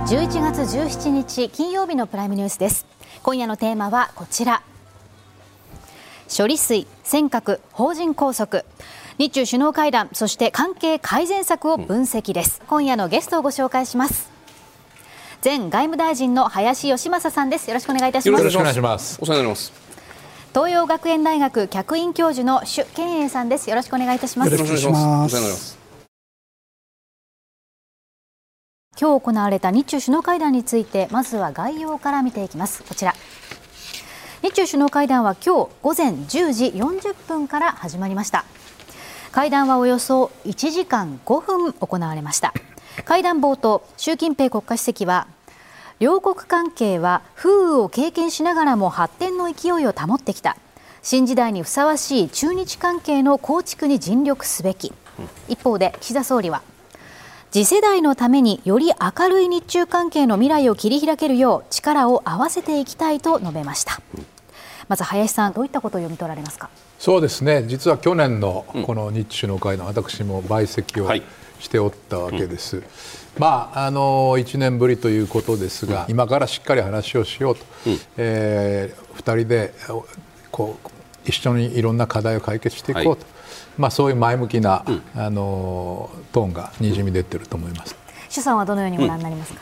11月17日金曜日のプライムニュースです。今夜のテーマはこちら、処理水、尖閣、邦人拘束、日中首脳会談、そして関係改善策を分析です。今夜のゲストをご紹介します。前外務大臣の林芳正さんです。よろしくお願いいたします。 よろしくお願いします。 お世話になります。 東洋学園大学客員教授の朱建英さんです。よろしくお願いいたします。 よろしくお願いします。お世話になります。 今日行われた日中首脳会談について、まずは概要から見ていきます。こちら、日中首脳会談は今日午前10時40分から始まりました。会談はおよそ1時間5分行われました。会談冒頭、習近平国家主席は、両国関係は風雨を経験しながらも発展の勢いを保ってきた。新時代にふさわしい中日関係の構築に尽力すべき。一方で岸田総理は、次世代のためにより明るい日中関係の未来を切り開けるよう力を合わせていきたいと述べました。まず林さん、どういったことを読み取られますか？ そうですね、実は去年のこの日中首脳会談、私も倍席をしておったわけです。1年ぶりということですが、今からしっかり話をしようと、2人で一緒にいろんな課題を解決していこうと、そういう前向きな、トーンがにじみ出ていると思います。 朱さんはどのようにご覧になりますか？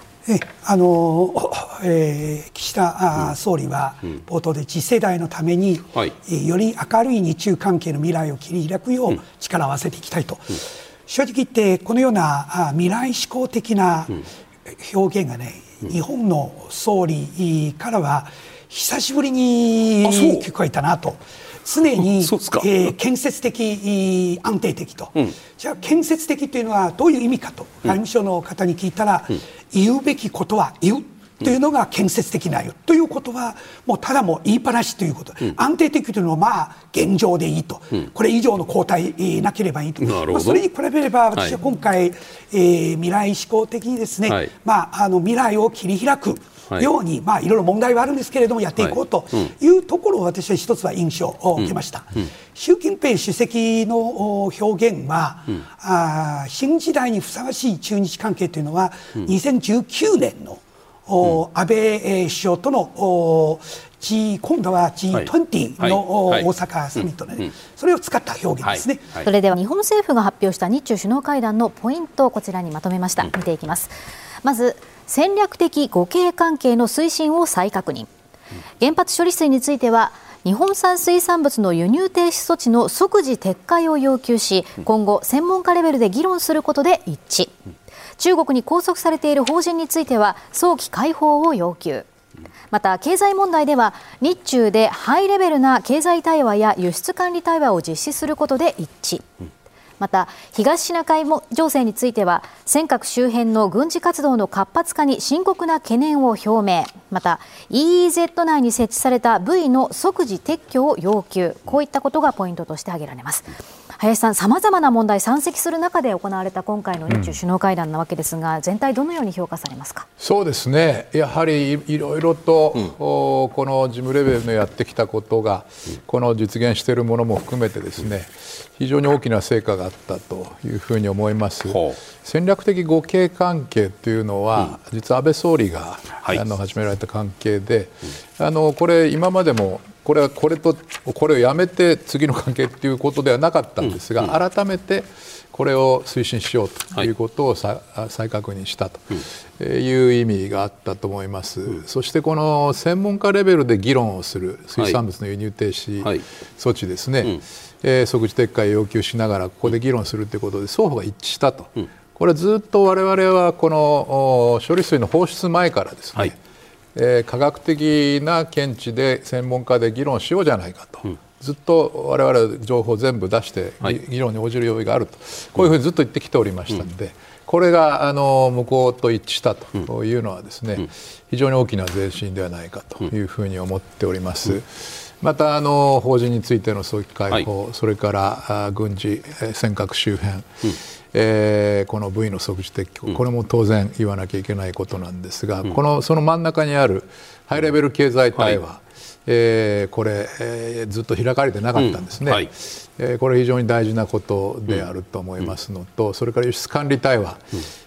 岸田総理は冒頭で次世代のために、より明るい日中関係の未来を切り開くよう力を合わせていきたいと、正直言ってこのような未来志向的な表現がね、日本の総理からは久しぶりに聞こえたなと。常に、建設的、安定的と、じゃあ建設的というのはどういう意味かと外務省の方に聞いたら、言うべきことは言うというのが建設的なよということは、もうただも言いっぱなしということ、安定的というのは現状でいいと、これ以上の後退なければいいと、それに比べれば私は今回、未来志向的にですね、未来を切り開くように、いろいろ問題はあるんですけれどもやっていこうというところを私は一つは印象を受けました。習近平主席の表現は、新時代にふさわしい中日関係というのは、2019年の安倍首相との今度は G20 の大阪サミットで、それを使った表現ですね。 それでは日本政府が発表した日中首脳会談のポイントをこちらにまとめました。見ていきます。まず、戦略的互恵関係の推進を再確認。原発処理水については、日本産水産物の輸入停止措置の即時撤回を要求し、今後専門家レベルで議論することで一致。中国に拘束されている邦人については早期解放を要求。また経済問題では、日中でハイレベルな経済対話や輸出管理対話を実施することで一致。また東シナ海情勢については、尖閣周辺の軍事活動の活発化に深刻な懸念を表明。また EEZ 内に設置されたブイの即時撤去を要求。こういったことがポイントとして挙げられます。林さん、さまざまな問題山積する中で行われた今回の日中首脳会談なわけですが、全体どのように評価されますか？ そうですね、やはりいろいろと、この事務レベルのやってきたことが、この実現しているものも含めてですね、非常に大きな成果があったというふうに思います。戦略的互恵関係というのは、実は安倍総理が、始められた関係で、これ今までもこれをやめて次の関係ということではなかったんですが、改めてこれを推進しようということを再確認したという意味があったと思います。そしてこの専門家レベルで議論をする水産物の輸入停止措置ですね、即時撤回を要求しながらここで議論するということで双方が一致したと。これはずっと我々はこの処理水の放出前からですね、科学的な見地で専門家で議論しようじゃないかと、ずっと我々は情報を全部出して議論に応じる用意があると、こういうふうにずっと言ってきておりましたので、これが向こうと一致したというのはですね、非常に大きな前進ではないかというふうに思っております。また邦人についての早期解放、それから軍事尖閣周辺、この V の即時撤去、これも当然言わなきゃいけないことなんですが、その真ん中にあるハイレベル経済対話、これ、ずっと開かれてなかったんですね。これ非常に大事なことであると思いますのと、それから輸出管理対話、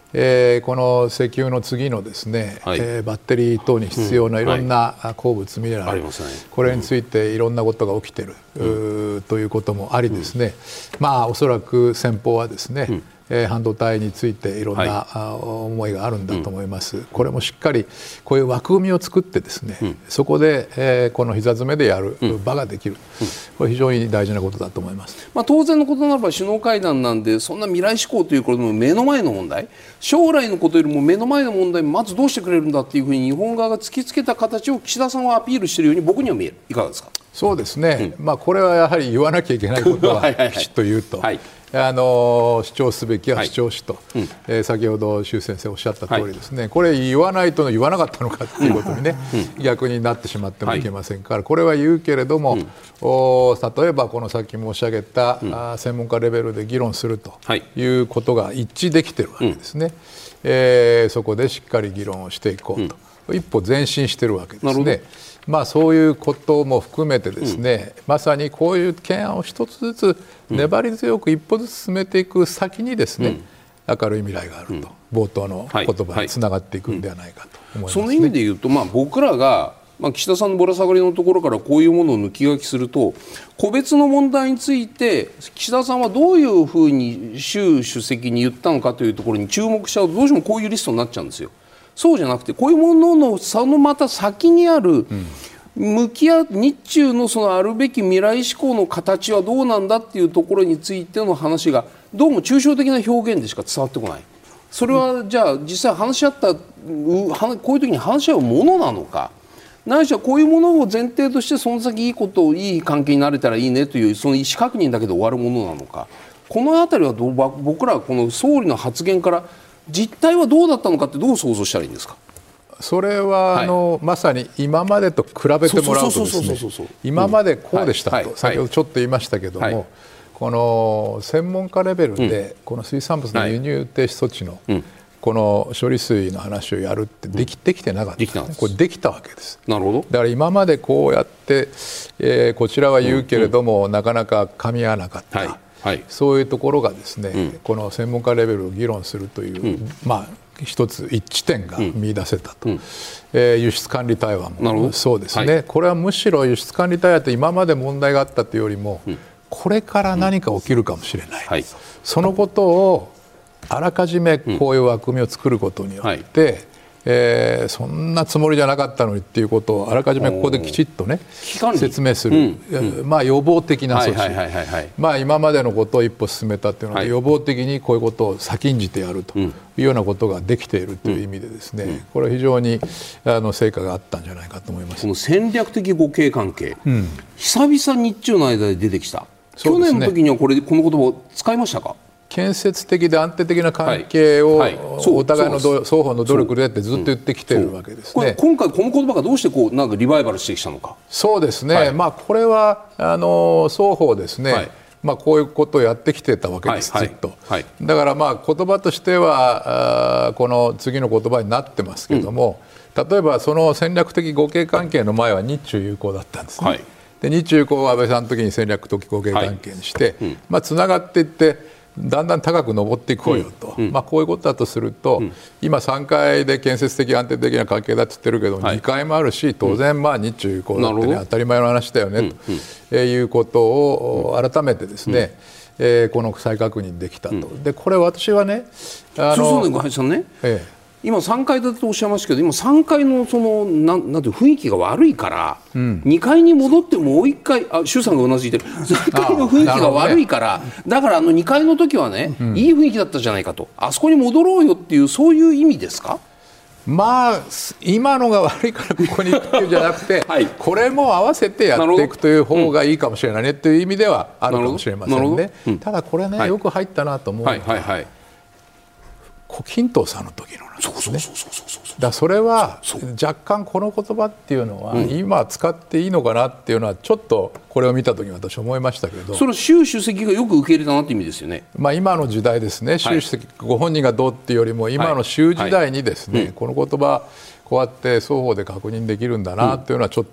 この石油の次のですね、バッテリー等に必要ないろんな鉱物、ミネラル、これについていろんなことが起きている、ということもありですね、おそらく先方はですね、半導体についていろんな思いがあるんだと思います。これもしっかりこういう枠組みを作ってですね、そこでこの膝詰めでやる場ができる、これ非常に大事なことだと思います。 当然のことならば首脳会談なんで、そんな未来志向ということも目の前の問題、将来のことよりも目の前の問題まずどうしてくれるんだっていうふうに日本側が突きつけた形を岸田さんはアピールしているように僕には見える。いかがですか。 そうですね、これはやはり言わなきゃいけないことはきちっと言うと、主張すべきは主張しと、先ほど周先生おっしゃった通りですね、これ言わないと言わなかったのかということにね、逆になってしまってもいけませんから、これは言うけれども、例えばこのさっき申し上げた、専門家レベルで議論するということが一致できているわけですね、そこでしっかり議論をしていこうと、一歩前進しているわけですね。そういうことも含めてですね、まさにこういう懸案を一つずつ粘り強く一歩ずつ進めていく先にですね、明るい未来があると、冒頭の言葉につながっていくんではないかと思いますね。 その意味で言うと、僕らが岸田さんのぶら下がりのところからこういうものを抜き書きすると、個別の問題について岸田さんはどういうふうに習主席に言ったのかというところに注目しちゃうと、どうしてもこういうリストになっちゃうんですよ。そうじゃなくて、こういうもののそのまた先にある、向き合う日中のそのあるべき未来志向の形はどうなんだっていうところについての話がどうも抽象的な表現でしか伝わってこない。それはじゃあ実際話し合ったこういう時に話し合うものなのか、ないしはこういうものを前提としてその先いい関係になれたらいいねというその意思確認だけで終わるものなのか、このあたりは僕らはこの総理の発言から実態はどうだったのかってどう想像したらいいんですか。 それはまさに今までと比べてもらうとですね、今までこうでしたと先ほどちょっと言いましたけども、この専門家レベルでこの水産物の輸入停止措置のこの処理水の話をやるってできてなかった、これできたわけです。 なるほど。 だから今までこうやって、こちらは言うけれども、なかなか噛み合わなかった、そういうところがですね、この専門家レベルを議論するという、一つ一致点が見出せたと、輸出管理対話もそうですね、これはむしろ輸出管理対話って今まで問題があったというよりも、これから何か起きるかもしれない、そのことをあらかじめこういう枠組みを作ることによって、そんなつもりじゃなかったのにっていうことをあらかじめここできちっとね説明する、予防的な措置、今までのことを一歩進めたっていうので、予防的にこういうことを先んじてやるというようなことができているという意味でですね、これは非常に成果があったんじゃないかと思います。 この戦略的互恵関係、久々日中の間で出てきた。去年の時にはこの言葉を使いましたか。 建設的で安定的な関係をお互いの双方の努力でってずっと言ってきているわけですね。 今回この言葉がどうしてなんかリバイバルしてきたのか。 そうですね、これは双方ですね、こういうことをやってきてたわけです、ずっと。だから言葉としてはこの次の言葉になってますけども、例えばその戦略的互恵関係の前は日中友好だったんですね。で日中友好は安倍さんの時に戦略的互恵関係にして、つながっていってだんだん高く上っていこうよと、こういうことだとすると、今3回で建設的安定的な関係だって言ってるけど、2回もあるし、当然日中友好だってね、当たり前の話だよねということを改めてですね、この再確認できたと。でこれ私はね、 そうですね、さんね、今3階建てとおっしゃいましたけど、今3階のなんていう雰囲気が悪いから、2階に戻ってもう1回、周さんがうなずいてる、3階の雰囲気が悪いから、だから2階の時はね、いい雰囲気だったじゃないかと、あそこに戻ろうよっていう、そういう意味ですか。 今のが悪いからここに行くっていうんじゃなくて、これも合わせてやっていくという方がいいかもしれないねという意味ではあるかもしれませんね。ただこれね、よく入ったなと思うのは、胡錦涛さんの時のなんですね。だそれは若干この言葉っていうのは今使っていいのかなっていうのはちょっとこれを見た時に私思いましたけど、 それは習主席がよく受け入れたなって意味ですよね。 今の時代ですね、習主席ご本人がどうっていうよりも今の習時代にですね、この言葉こうやって双方で確認できるんだなっていうのはちょっと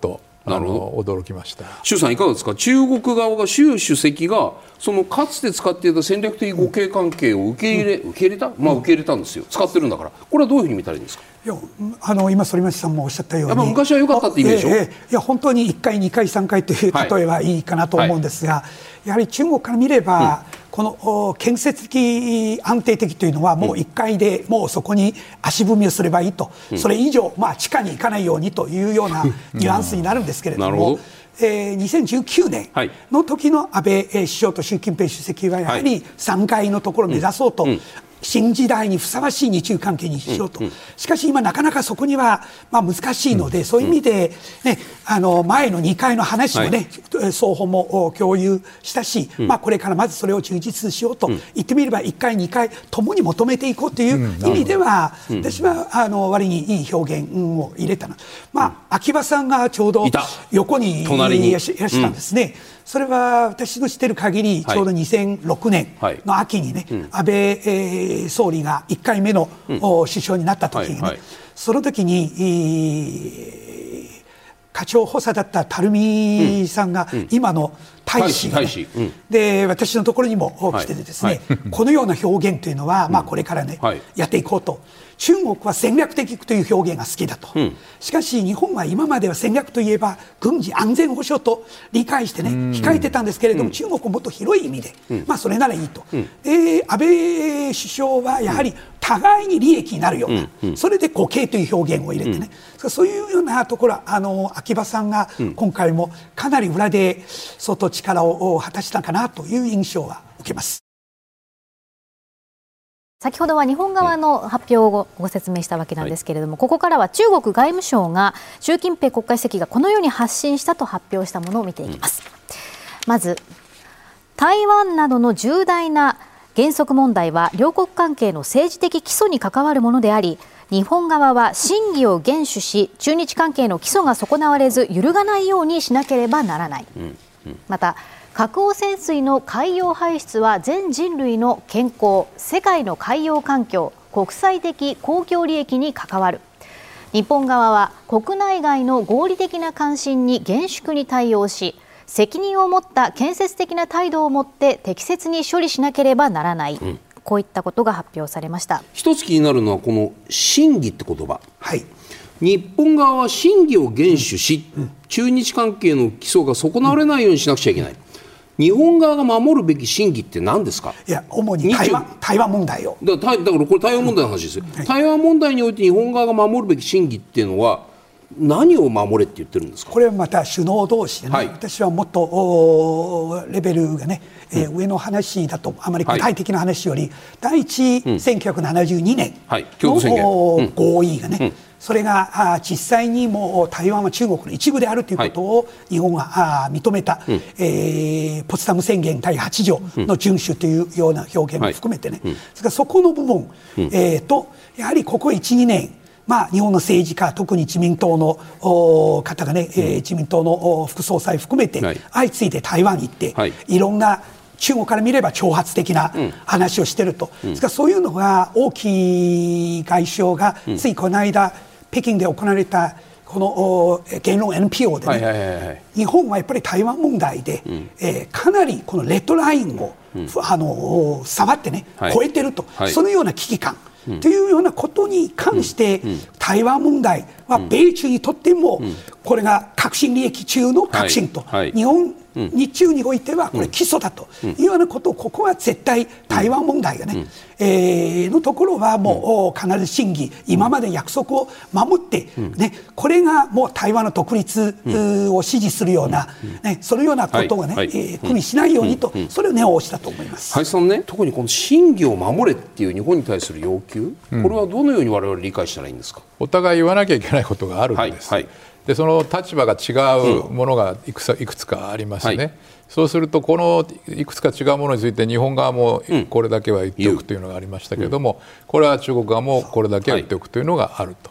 驚きました。 周さんいかがですか。中国側が習主席がそのかつて使っていた戦略的互恵関係を受け入れた、受け入れたんですよ。使ってるんだから。これはどういうふうに見たらいいんですか。 いや今反町さんもおっしゃったように、 昔は良かったってイメージでしょ。 いや本当に1回2回3回という例えはいいかなと思うんですが、やはり中国から見れば、この建設的安定的というのはもう1回でもうそこに足踏みをすればいいと、それ以上地下に行かないようにというようなニュアンスになるんですけれども、2019年の時の安倍首相と習近平主席はやはり3回のところを目指そうと、新時代にふさわしい日中関係にしようと、しかし今なかなかそこには難しいので、そういう意味で、前の2回の話もね、双方も共有したし、これからまずそれを充実しようと、言ってみれば1回2回ともに求めていこうという意味では、私は割にいい表現を入れたな。秋葉さんがちょうど横にいらっしゃったんですね。それは私の知ってる限り、ちょうど2006年の秋にね、安倍総理が1回目の首相になった時にね、その時に課長補佐だった垂水さんが今の大使が、で私のところにも来ててですね、このような表現というのはこれからねやっていこうと。中国は戦略的という表現が好きだと、しかし日本は今までは戦略といえば軍事安全保障と理解してね控えてたんですけれども、中国はもっと広い意味で、それならいいと、で安倍首相はやはり互いに利益になるような、それで互恵という表現を入れてね、そういうようなところは秋葉さんが今回もかなり裏で相当力を果たしたかなという印象は受けます。 先ほどは日本側の発表をご説明したわけなんですけれども、ここからは中国外務省が習近平国家主席がこのように発信したと発表したものを見ていきます。まず台湾などの重大な原則問題は両国関係の政治的基礎に関わるものであり、日本側は真偽を厳守し中日関係の基礎が損なわれず揺るがないようにしなければならない。また核汚染水の海洋排出は全人類の健康、世界の海洋環境、国際的公共利益に関わる。日本側は国内外の合理的な関心に厳粛に対応し、責任を持った建設的な態度を持って適切に処理しなければならない、こういったことが発表されました。 一つ気になるのはこの真偽って言葉、日本側は真偽を厳守し、中日関係の基礎が損なわれないようにしなくちゃいけない。日本側が守るべき真偽って何ですか。 いや主に台湾問題をだからこれ台湾問題の話ですよ、台湾問題において日本側が守るべき真偽っていうのは何を守れって言ってるんですか。 これはまた首脳同士でね、私はもっとレベルがね、上の話だとあまり具体的な話より、第一1972年の合意がね、それが実際にもう台湾は中国の一部であるということを日本が認めた、ポツダム宣言第8条の遵守というような表現も含めてね、そこの部分、とやはりここ 1,2 年日本の政治家、特に自民党の方がね、自民党の副総裁含めて相次いで台湾に行って、いろんな中国から見れば挑発的な話をしていると、そういうのが王毅外相がついこの間北京で行われたこの言論 NPO でね、日本はやっぱり台湾問題で、かなりこのレッドラインを触ってね超えていると、そのような危機感というようなことに関して、台湾問題は米中にとってもこれが核心利益中の核心と、日中においてはこれ基礎だというようなことを、ここは絶対台湾問題がね、のところはもう必ず真偽、今まで約束を守ってね、これがもう台湾の独立を支持するようなね、そのようなことをね苦にしないようにと、それを念を押したと思います。 林さんね、特にこの真偽を守れっていう日本に対する要求、これはどのように我々理解したらいいんですか。 お互い言わなきゃいけないことがあるんです。でその立場が違うものがいくつかありますね。そうするとこのいくつか違うものについて日本側もこれだけは言っておくというのがありましたけれども、これは中国側もこれだけは言っておくというのがあると。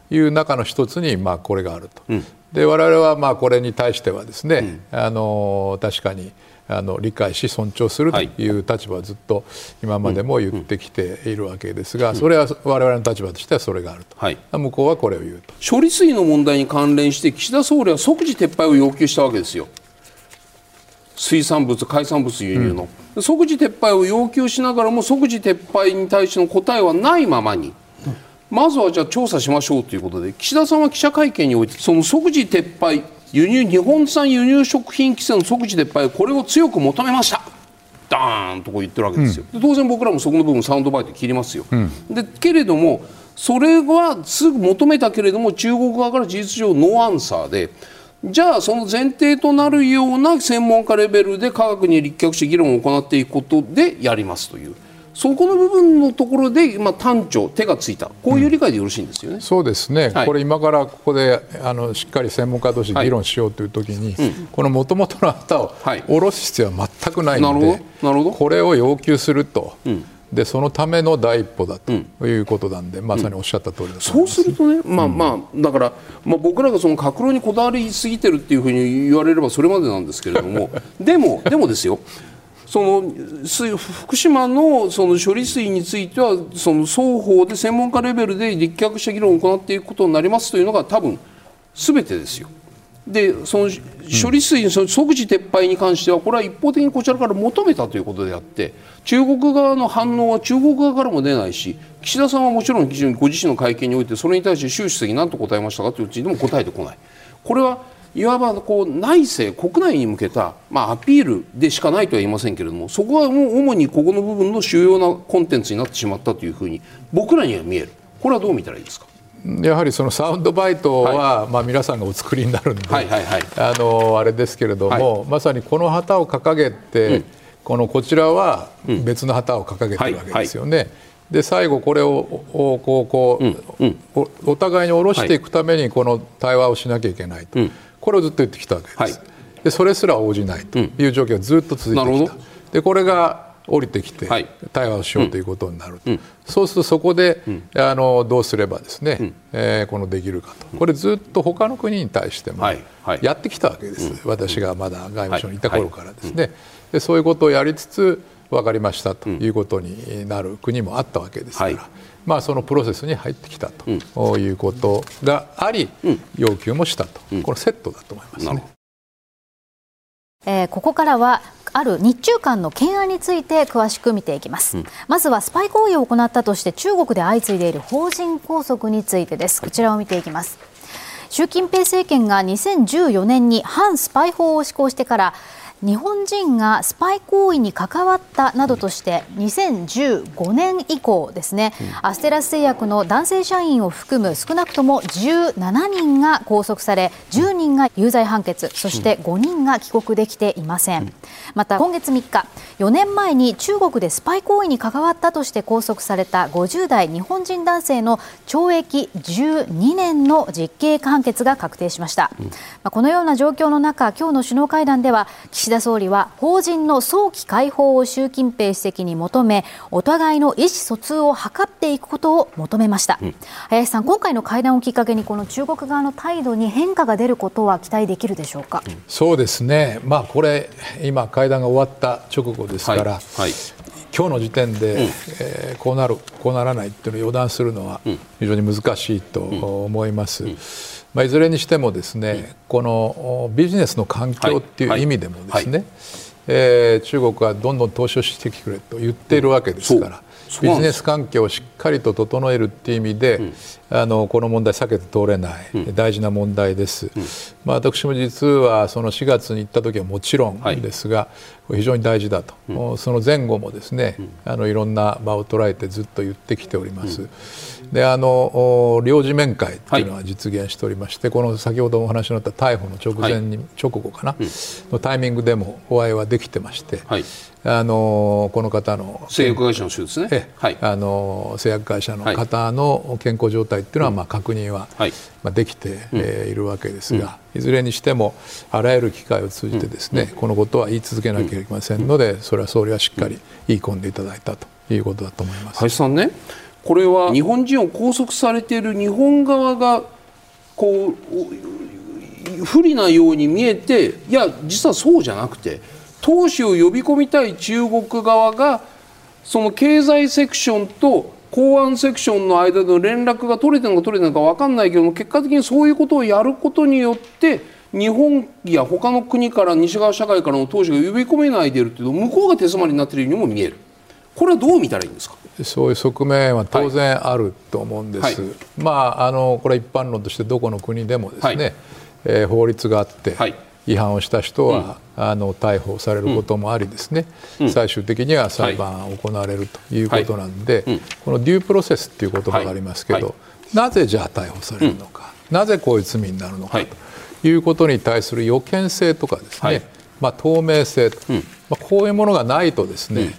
いう中の一つにこれがあると。で我々はこれに対してはですね、確かに理解し尊重するという立場はずっと今までも言ってきているわけですが、それは我々の立場としてはそれがあると、向こうはこれを言うと。 処理水の問題に関連して岸田総理は即時撤廃を要求したわけですよ。水産物海産物輸入の、即時撤廃を要求しながらも即時撤廃に対しての答えはないままに、まずはじゃあ調査しましょうということで、岸田さんは記者会見においてその即時撤廃、日本産輸入食品規制の即時撤廃、これを強く求めましたダーンとこう言ってるわけですよ。で当然僕らもそこの部分サウンドバイト切りますよ。でけれどもそれはすぐ求めたけれども中国側から事実上ノーアンサーで、じゃあその前提となるような専門家レベルで科学に立脚して議論を行っていくことでやりますという、そこの部分のところで端緒手がついた、こういう理解でよろしいんですよね。 そうですね、これ今からここでしっかり専門家同士議論しようというときに、この元々の旗を下ろす必要は全くないので、これを要求すると、でそのための第一歩だということなんで、まさにおっしゃった通りだと思います。 そうするとね、だから、僕らがその閣僚にこだわりすぎてるっていうふうに言われればそれまでなんですけれどもでもですよ、その福島のその処理水についてはその双方で専門家レベルで立脚した議論を行っていくことになりますというのが多分全てですよ。でその処理水の即時撤廃に関してはこれは一方的にこちらから求めたということであって、中国側の反応は中国側からも出ないし、岸田さんはもちろんご自身の会見においてそれに対して習主席何と答えましたかといううちにも答えてこない。これはいわば内政国内に向けた、アピールでしかないとは言いませんけれども、そこはもう主にここの部分の主要なコンテンツになってしまったというふうに僕らには見える。これはどう見たらいいですか。 やはりそのサウンドバイトは、皆さんがお作りになるんで、あれですけれども、まさにこの旗を掲げて、こちらは別の旗を掲げてるわけですよね。で最後これをお互いに下ろしていくためにこの対話をしなきゃいけないと、これをずっと言ってきたわけです。でそれすら応じないという状況がずっと続いてきた。でこれが降りてきて対話をしようということになると、そうするとそこでどうすればですね、できるかと、これずっと他の国に対してもやってきたわけです。私がまだ外務省にいた頃からですね。でそういうことをやりつつ分かりましたということになる国もあったわけですから、そのプロセスに入ってきたということがあり、要求もしたと、これセットだと思いますね。ここからはある日中間の懸案について詳しく見ていきます。まずはスパイ行為を行ったとして中国で相次いでいる法人拘束についてです。こちらを見ていきます。習近平政権が2014年に反スパイ法を施行してから日本人がスパイ行為に関わったなどとして2015年以降ですね、アステラス製薬の男性社員を含む少なくとも17人が拘束され、10人が有罪判決、そして5人が帰国できていません。また今月3日、4年前に中国でスパイ行為に関わったとして拘束された50代日本人男性の懲役12年の実刑判決が確定しました。このような状況の中、今日の首脳会談では岸田総理は法人の早期解放を習近平主席に求め、お互いの意思疎通を図っていくことを求めました。林さん、今回の会談をきっかけにこの中国側の態度に変化が出ることは期待できるでしょうか。 そうですね、これ今会談が終わった直後ですから、今日の時点で、こうなるこうならないっていうのを予断するのは非常に難しいと思います。いずれにしてもですね、このビジネスの環境っていう意味でもですね、中国はどんどん投資をしてきてくれと言っているわけですから、ビジネス環境をしっかりと整えるっていう意味で、この問題避けて通れない大事な問題です。私も実はその4月に行った時はもちろんですが、非常に大事だと、その前後もですね、いろんな場を捉えてずっと言ってきております。で領事面会っていうのは実現しておりまして、この先ほどお話のあった逮捕の直後かな、のタイミングでもお会いはできてまして、この方の製薬会社の人ですね、 製薬会社の方の健康状態っていうのは確認はできているわけですが、いずれにしてもあらゆる機会を通じてですね、このことは言い続けなければいけませんので、それは総理はしっかり言い込んでいただいたということだと思います。 林さんね、 これは日本人を拘束されている日本側がこう不利なように見えて、いや実はそうじゃなくて、投資を呼び込みたい中国側がその経済セクションと公安セクションの間での連絡が取れてるのか取れてるのか分かんないけども、結果的にそういうことをやることによって日本や他の国から西側社会からの投資が呼び込めないでいるというと、向こうが手詰まりになっているようにも見える。これはどう見たらいいんですか。 そういう側面は当然あると思うんです、はい、これは一般論としてどこの国でもですね、はい、法律があって、はい、違反をした人は、逮捕されることもありですね、最終的には裁判が行われるということなんで、このデュープロセスという言葉がありますけど、なぜじゃあ逮捕されるのか、なぜこういう罪になるのかということに対する予見性とかですね、透明性と、こういうものがないとですね、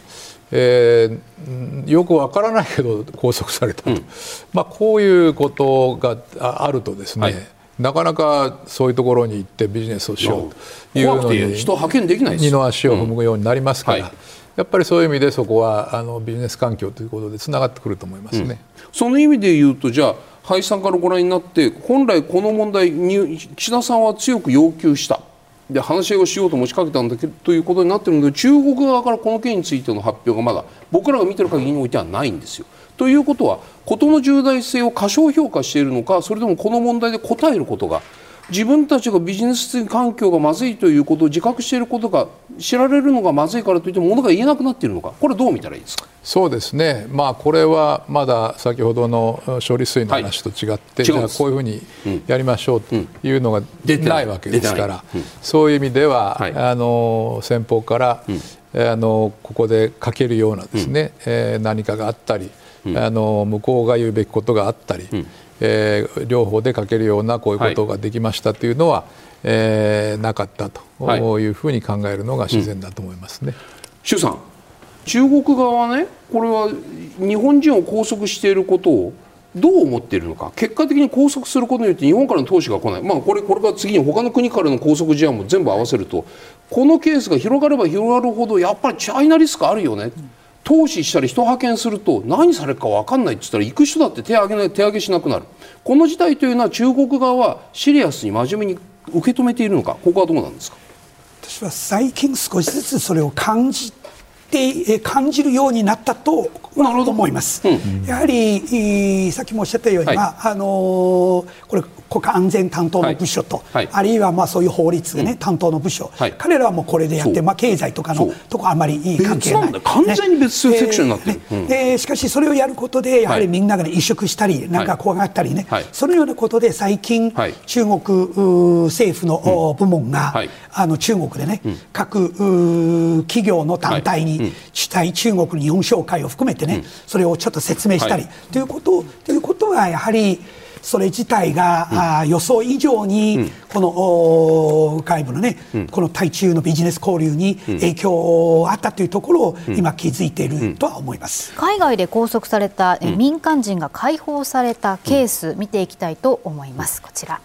よくわからないけど拘束されたと、こういうことがあるとですね、なかなかそういうところに行ってビジネスをしようというのに人派遣できないです。 二の足を踏むようになりますから、やっぱりそういう意味でそこはビジネス環境ということでつながってくると思いますね、 その意味で言うと、じゃあ林さんからご覧になって、本来この問題に岸田さんは強く要求したで話し合いをしようと持ちかけたんだけどということになっているので、中国側からこの件についての発表がまだ僕らが見ている限りにおいてはないんですよ。ということは、事の重大性を過小評価しているのか、それともこの問題で答えることが、自分たちがビジネス環境がまずいということを自覚していることが知られるのがまずいからといってものが言えなくなっているのか、これどう見たらいいですか。 そうですね、これはまだ先ほどの処理水の話と違って、じゃあこういうふうにやりましょうというのがないわけですから、そういう意味では、先方から、ここで書けるようなですね、何かがあったり、向こうが言うべきことがあったり、両方で書けるようなこういうことができましたというのは、なかったというふうに考えるのが自然だと思いますね。 周さん、中国側はね、これは日本人を拘束していることをどう思っているのか、結果的に拘束することによって日本からの投資が来ない、これから次に他の国からの拘束事案も全部合わせると、このケースが広がれば広がるほどやっぱりチャイナリスクあるよね、投資したり人派遣すると何されるか分かんないって言ったら行く人だって手挙げしなくなる。この事態というのは中国側はシリアスに真面目に受け止めているのか、ここはどうなんですか。 私は最近少しずつそれを感じるようになったと思います。やはりさっきもおっしゃったように、これ国家安全担当の部署と、あるいはそういう法律が、担当の部署、彼らはもうこれでやって、経済とかのとこあんまりいい関係ない、 完全に別セクションになってる、 しかしそれをやることでやはりみんなが、萎縮したりなんか怖がったりね、そのようなことで最近、中国政府の部門が、中国でね、各企業の団体に主体中国日本商会を含めてね、それをちょっと説明したり、ということはやはりそれ自体が、予想以上にこの外部のね、この対中のビジネス交流に影響あったというところを今気づいているとは思います。 海外で拘束された民間人が解放されたケース、見ていきたいと思います。こちら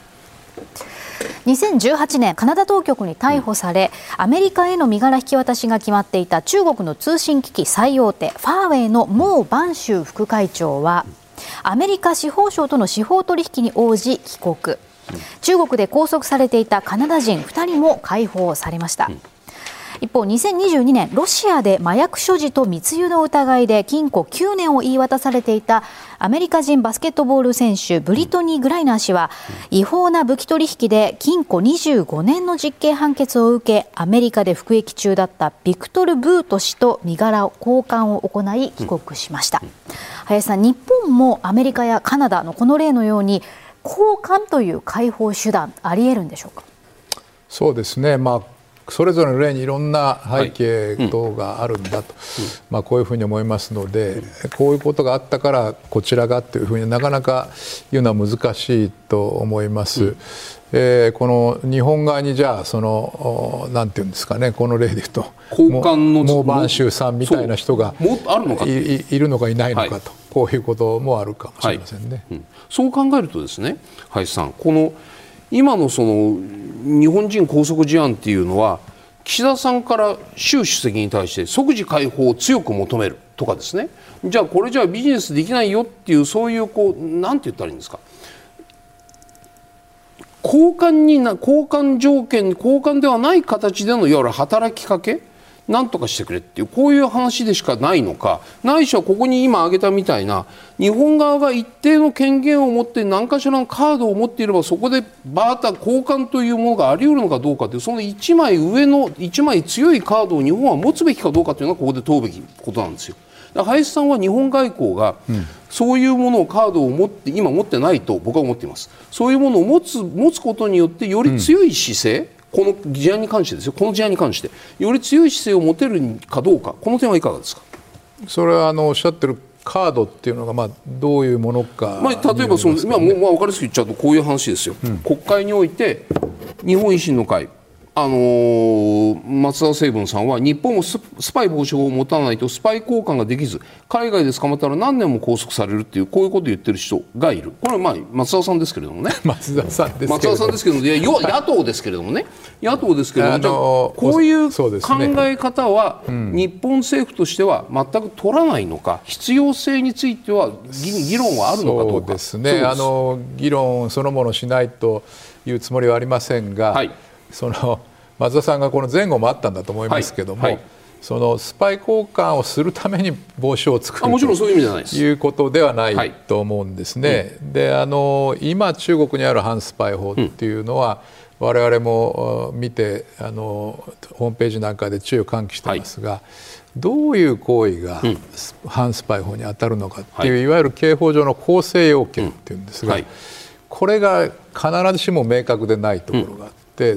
2018年カナダ当局に逮捕され、アメリカへの身柄引き渡しが決まっていた中国の通信機器最大手ファーウェイの孟晩舟副会長はアメリカ司法省との司法取引に応じ帰国。中国で拘束されていたカナダ人2人も解放されました。一方、2022年ロシアで麻薬所持と密輸の疑いで禁錮9年を言い渡されていたアメリカ人バスケットボール選手ブリトニー・グライナー氏は違法な武器取引で禁錮25年の実刑判決を受け、アメリカで服役中だったビクトル・ブート氏と身柄交換を行い帰国しました。林さん、日本もアメリカやカナダのこの例のように交換という解放手段あり得るんでしょうか。 そうですね、それぞれの例にいろんな背景等があるんだと、こういうふうに思いますので、こういうことがあったからこちらがというふうになかなか言うのは難しいと思います。この日本側にじゃあなんていうんですかね、この例で言うと孟晩舟さんみたいな人がいるのかいないのかと、こういうこともあるかもしれませんね。 そう考えるとですね、林さん、この今の日本人拘束事案っていうのは岸田さんから習主席に対して即時解放を強く求める、 とかですね、じゃあこれじゃあビジネスできないよっていう、そういうなんて言ったらいいんですか、交換条件、交換ではない形でのいわゆる働きかけ、なんとかしてくれっていう、こういう話でしかないのか、ないしはここに今挙げたみたいな、日本側が一定の権限を持って何かしらのカードを持っていれば、そこでバータ交換というものがあり得るのかどうかという、その1枚上の1枚強いカードを日本は持つべきかどうかというのがここで問うべきことなんですよ。林さんは日本外交がそういうものを、カードを持って今持ってないと僕は思っています。そういうものを持つことによってより強い姿勢、この事案に関してですよ、この事案に関してより強い姿勢を持てるかどうか、この点はいかがですか。 それはおっしゃってるカードっていうのがどういうものか、 例えば今分かりやすく言っちゃうとこういう話ですよ、国会において日本維新の会、松田成文さんは、日本もスパイ防止法を持たないとスパイ交換ができず、海外で捕まったら何年も拘束されるっていう、こういうことを言ってる人がいる。これは松田さんですけれどもね松田さんですけれども、野党ですけれどもね、野党ですけれども、こういう考え方は日本政府としては全く取らないのか、必要性については議論はあるのかどうか。 そうですね、議論そのものしないというつもりはありませんが、松田さんがこの前後もあったんだと思いますけども、そのスパイ交換をするために帽子を作るもちろんそういう意味じゃないです、 ということではないと思うんですね。で今中国にある反スパイ法っていうのは、我々も見てホームページなんかで注意を喚起してますが、どういう行為が反スパイ法に当たるのかっていう、いわゆる刑法上の構成要件っていうんですが、これが必ずしも明確でないところがあって、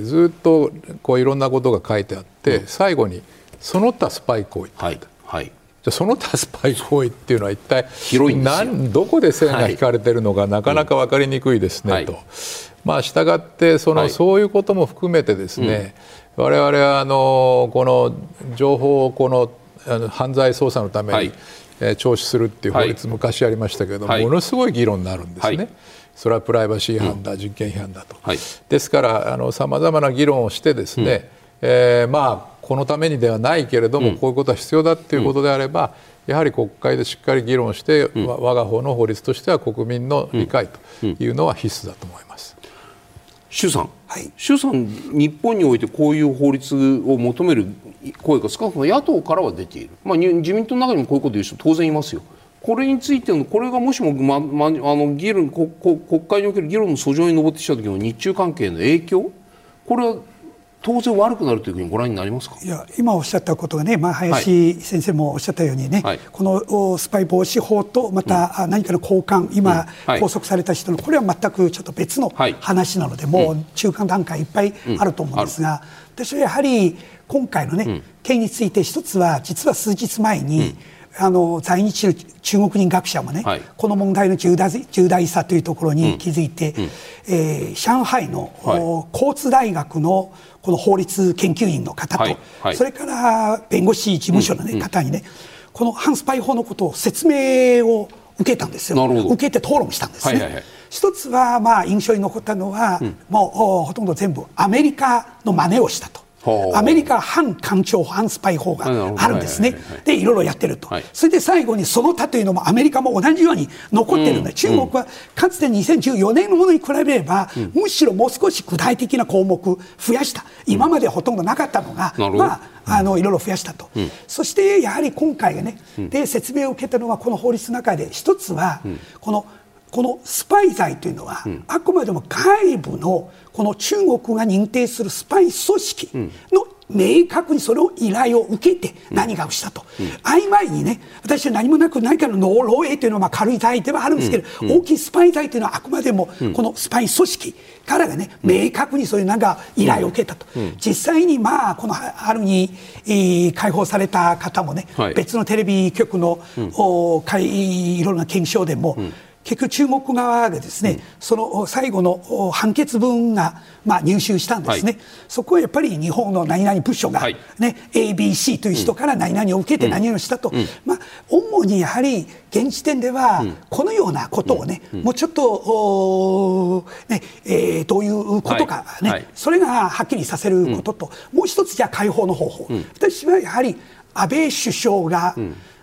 ずっといろんなことが書いてあって、最後にその他スパイ行為って言った、じゃあその他スパイ行為っていうのは一体どこで線が引かれているのか、なかなか分かりにくいですねと。したがってそういうことも含めてですね、我々はこの情報を犯罪捜査のために聴取するっていう法律、昔ありましたけれども、ものすごい議論になるんですね。それはプライバシー違反だ、人権違反だと。ですからさまざまな議論をしてですね、このためにではないけれども、こういうことは必要だということであれば、やはり国会でしっかり議論して、我が方の法律としては国民の理解というのは必須だと思います。 周さん、日本においてこういう法律を求める声が少なくとも野党からは出ている、自民党の中にもこういうことを言う人当然いますよ。これについての、これがもしも、議論、国会における議論の訴状に上ってきた時の日中関係の影響、これは当然悪くなるというふうにご覧になりますか。 いや、今おっしゃったことがね、林先生もおっしゃったようにね、このスパイ防止法とまた何かの交換、今拘束された人の、これは全くちょっと別の話なので、もう中間段階いっぱいあると思うんですが、私はやはり今回のね、件について一つは、実は数日前に、在日の中国人学者もね、この問題の重大さというところに気づいて、上海の、交通大学のこの法律研究員の方と、それから弁護士事務所の、方にね、この反スパイ法のことを説明を受けたんですよ。受けて討論したんですね。一つは印象に残ったのは、もうほとんど全部アメリカの真似をしたと。アメリカは反官庁反スパイ法があるんですね。でいろいろやってると、それで最後にその他というのもアメリカも同じように残ってるんで、中国はかつて2014年のものに比べれば、むしろもう少し具体的な項目増やした。今までほとんどなかったのが、いろいろ増やしたと、そしてやはり今回がね、で説明を受けたのはこの法律の中で一つは、このスパイ罪というのは、あくまでも外部のこの中国が認定するスパイ組織の明確にそれを依頼を受けて何かをしたと、曖昧にね、私は何もなく何かの漏洩というのは軽い罪ではあるんですけど、大きいスパイ罪というのはあくまでもこのスパイ組織からがね、明確にそういうなんか依頼を受けたと、実際にこの春に解放された方もね、別のテレビ局のいろんな検証でも、結局中国側がですね、その最後の判決文が入手したんですね。そこはやっぱり日本の何々部署が、ABC という人から何々を受けて何々をしたと、主にやはり現時点ではこのようなことをね、もうちょっとどういうことかね、それがはっきりさせることと、もう一つじゃあ解放の方法、私はやはり安倍首相が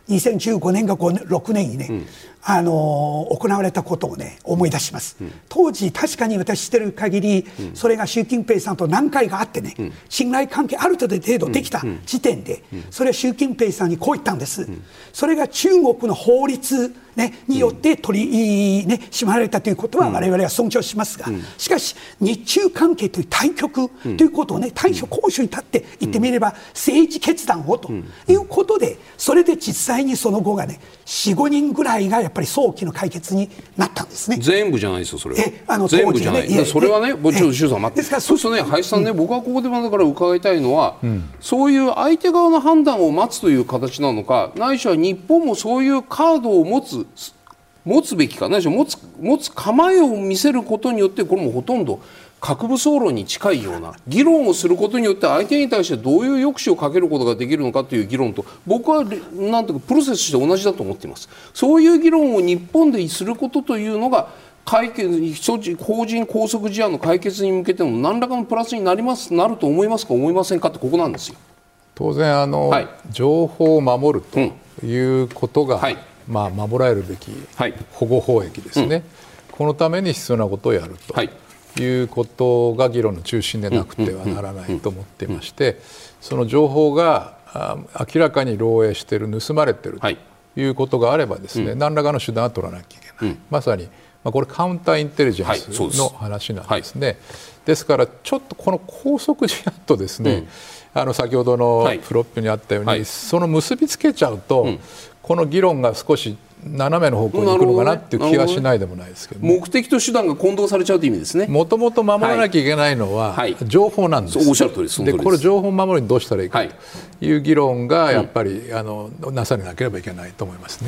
2015年か6年にね、行われたことをね思い出します、当時確かに私知ってる限り、それが習近平さんと何回かあってね、信頼関係ある程度できた時点で、それは習近平さんにこう言ったんです、それが中国の法律、によって取り、締まられたということは我々は尊重しますが、しかし日中関係という対極ということをね、対処交渉に立って言ってみれば、政治決断をということで、それで実際にその後がね 4,5 人ぐらいがやっぱり早期の解決になったんですね。 全部じゃないですよ、それは。全部じゃない。それはね、ちょっと周さん待って。そうするとね、林さんね、僕はここでだから伺いたいのは、そういう相手側の判断を待つという形なのか、ないしは日本もそういうカードを持つべきか、ないしは持つ構えを見せることによって、これもほとんど核武装論に近いような議論をすることによって、相手に対してどういう抑止をかけることができるのかという議論と、僕はなんとかプロセスとして同じだと思っています。そういう議論を日本ですることというのが、法人拘束事案の解決に向けての何らかのプラスになると思いますか、思いませんかって、ここなんですよ。 当然情報を守るということが、守られるべき保護法益ですね、このために必要なことをやるということが議論の中心でなくてはならないと思っていまして、その情報が明らかに漏洩している、盗まれているということがあればですね、何らかの手段は取らなきゃいけない、まさにこれカウンターインテリジェンスの話なんですね。ですからちょっとこの拘束事案とですね、先ほどのプロップにあったように、その結びつけちゃうと、この議論が少し斜めの方向に行くのかなっていう気がしないでもないですけど、 目的と手段が混同されちゃうという意味ですね。 もともと守らなきゃいけないのは情報なんです。 おっしゃる通りです。 でこれ情報を守るにどうしたらいいかという議論がやっぱりなされなければいけないと思いますね。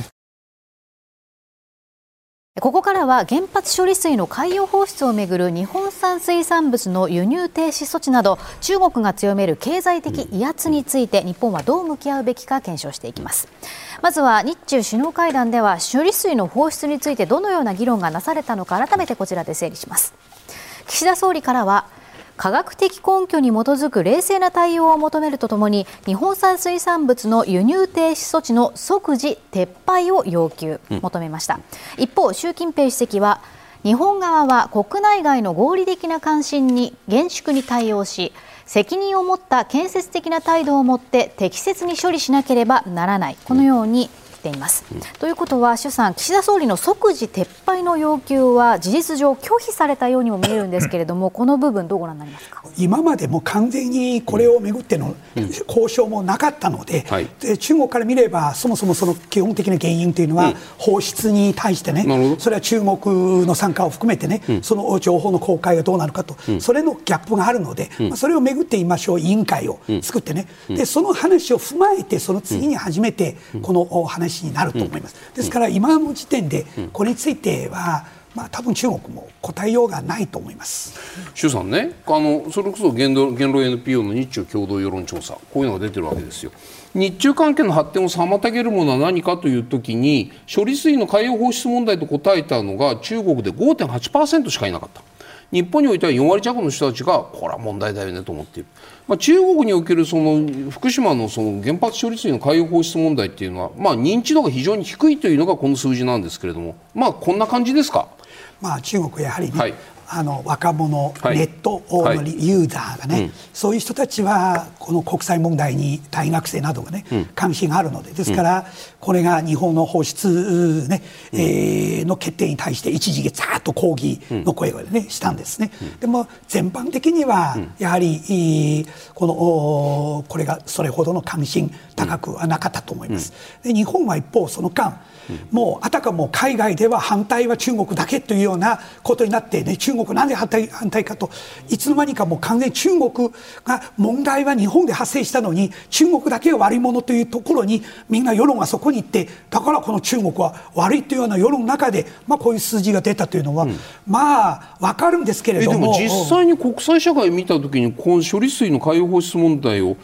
ここからは原発処理水の海洋放出をめぐる日本産水産物の輸入停止措置など、中国が強める経済的威圧について日本はどう向き合うべきか検証していきます。まずは日中首脳会談では処理水の放出についてどのような議論がなされたのか、改めてこちらで整理します。岸田総理からは科学的根拠に基づく冷静な対応を求めるとともに、日本産水産物の輸入停止措置の即時撤廃を求めました。一方、習近平主席は日本側は国内外の合理的な関心に厳粛に対応し、責任を持った建設的な態度を持って適切に処理しなければならない、このようにています。ということは、周さん、岸田総理の即時撤廃の要求は事実上拒否されたようにも見えるんですけれども、この部分どうご覧になりますか。 今までも完全にこれをめぐっての交渉もなかったので、で中国から見ればそもそもその基本的な原因というのは、放出に対してね、それは中国の参加を含めてね、その情報の公開がどうなるかと、それのギャップがあるので、それをめぐって言いましょう、委員会を作ってね、でその話を踏まえてその次に初めてこの話になると思います。ですから今の時点でこれについては多分中国も答えようがないと思います。 周さんね、それこそ言論 NPO の日中共同世論調査、こういうのが出てるわけですよ。日中関係の発展を妨げるものは何かというときに、処理水の海洋放出問題と答えたのが中国で 5.8% しかいなかった。日本においては4割弱の人たちがこれは問題だよねと思っている。中国におけるその福島のその原発処理水の海洋放出問題っていうのは、認知度が非常に低いというのがこの数字なんですけれども、こんな感じですか。 中国はやはりね、若者、ネットのユーザーがね、そういう人たちはこの国際問題に大学生などがね、関心があるので、ですから、これが日本の放出、ねの決定に対して一時期ざーっと抗議の声が、ねしたんですね。でも全般的にはやはりこれがそれほどの関心高くはなかったと思います。で日本は一方その間もうあたかも海外では反対は中国だけというようなことになってね、中国なんで反対かと、いつの間にかもう完全に中国が問題は日本で発生したのに中国だけが悪いものというところにみんな世論がそこに行って、だからこの中国は悪いというような世論の中で、こういう数字が出たというのは、分かるんですけれども、 でも実際に国際社会を見たときにこの処理水の海洋放出問題を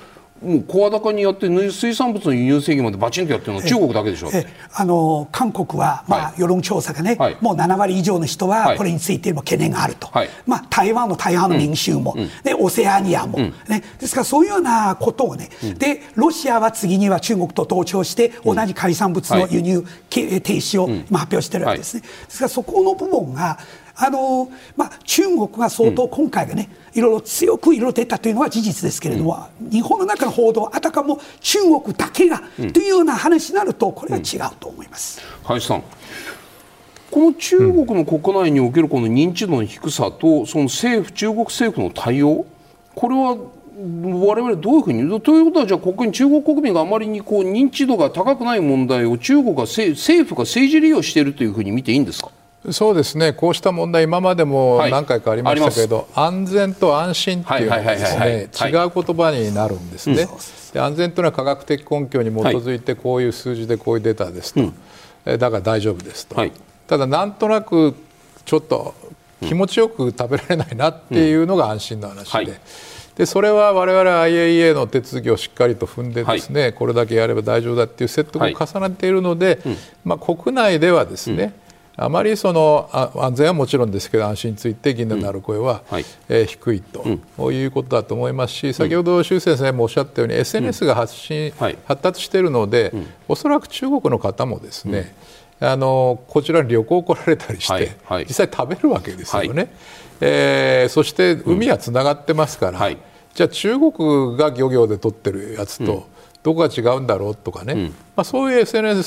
もう声高にやって水産物の輸入制限までバチンとやってるのは中国だけでしょ。 韓国は、世論調査がね、もう7割以上の人はこれについても懸念があると、台湾の大半の民衆も、オセアニアも、ですからそういうようなことをね、でロシアは次には中国と同調して同じ海産物の輸入停止を今発表しているわけですね。ですからそこの部分が中国が相当今回がね、いろいろ強く出たというのは事実ですけれども、日本の中の報道あたかも中国だけがというような話になるとこれは違うと思います。 林さん、この中国の国内におけるこの認知度の低さとその中国政府の対応、これは我々どういうふうにということは、じゃあここに中国国民があまりに認知度が高くない問題を中国が政府が政治利用しているというふうに見ていいんですか。 そうですね、こうした問題今までも何回かありましたけど、安全と安心っていうのはですね、違う言葉になるんですね。で、安全というのは科学的根拠に基づいてこういう数字でこういうデータですと、だから大丈夫ですと、ただなんとなくちょっと気持ちよく食べられないなっていうのが安心の話で、それは我々 IAEA の手続きをしっかりと踏んでですね、これだけやれば大丈夫だっていう説得を重ねているので、国内ではですね、あまりその安全はもちろんですけど安心について疑念のある声は低いということだと思いますし、先ほど周先生もおっしゃったように SNS が発達しているので、おそらく中国の方もですね、こちらに旅行来られたりして実際食べるわけですよね。そして海はつながってますから、じゃあ中国が漁業で取ってるやつとどこが違うんだろうとかね、そういう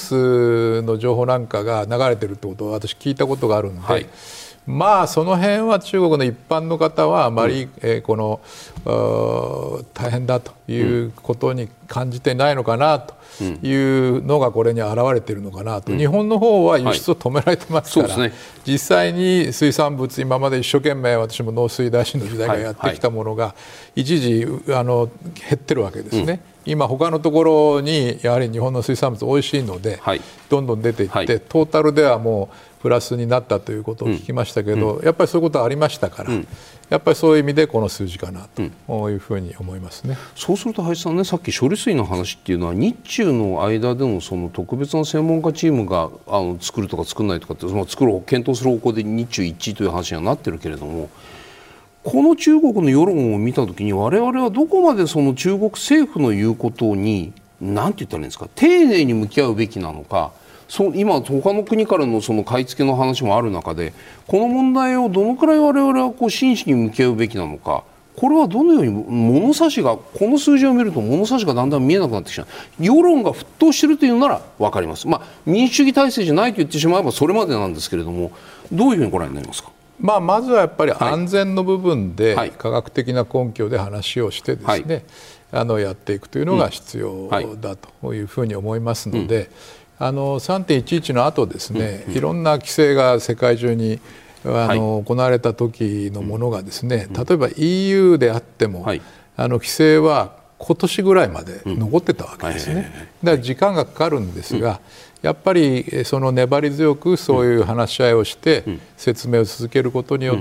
SNS の情報なんかが流れてるってことを私聞いたことがあるんで、その辺は中国の一般の方はあまり、この大変だということに感じてないのかなというのがこれに表れているのかなと、日本の方は輸出を止められてますから、実際に水産物今まで一生懸命私も農水大臣の時代からやってきたものが一時減ってるわけですね。今他のところにやはり日本の水産物おいしいので、どんどん出ていって、トータルではもうプラスになったということを聞きましたけど、やっぱりそういうことはありましたから、やっぱりそういう意味でこの数字かなというふうに思いますね。 そうすると林さんね、さっき処理水の話っていうのは日中の間でのその特別な専門家チームが作るとか作らないとかって、作るを検討する方向で日中一致という話にはなってるけれども、この中国の世論を見たときに我々はどこまでその中国政府の言うことに何て言ったらいいんですか、丁寧に向き合うべきなのか、今他の国からのその買い付けの話もある中で、この問題をどのくらい我々は真摯に向き合うべきなのか、これはどのように物差しが、この数字を見ると物差しがだんだん見えなくなってきた。世論が沸騰しているというなら分かります。民主主義体制じゃないと言ってしまえばそれまでなんですけれども、どういうふうにご覧になりますか。 まずはやっぱり安全の部分で科学的な根拠で話をしてですね、やっていくというのが必要だというふうに思いますので、3.11 の後ですね、いろんな規制が世界中に行われた時のものがですね、例えば EU であっても、規制は今年ぐらいまで残ってたわけですね。だから時間がかかるんですが、やっぱりその粘り強くそういう話し合いをして説明を続けることによって、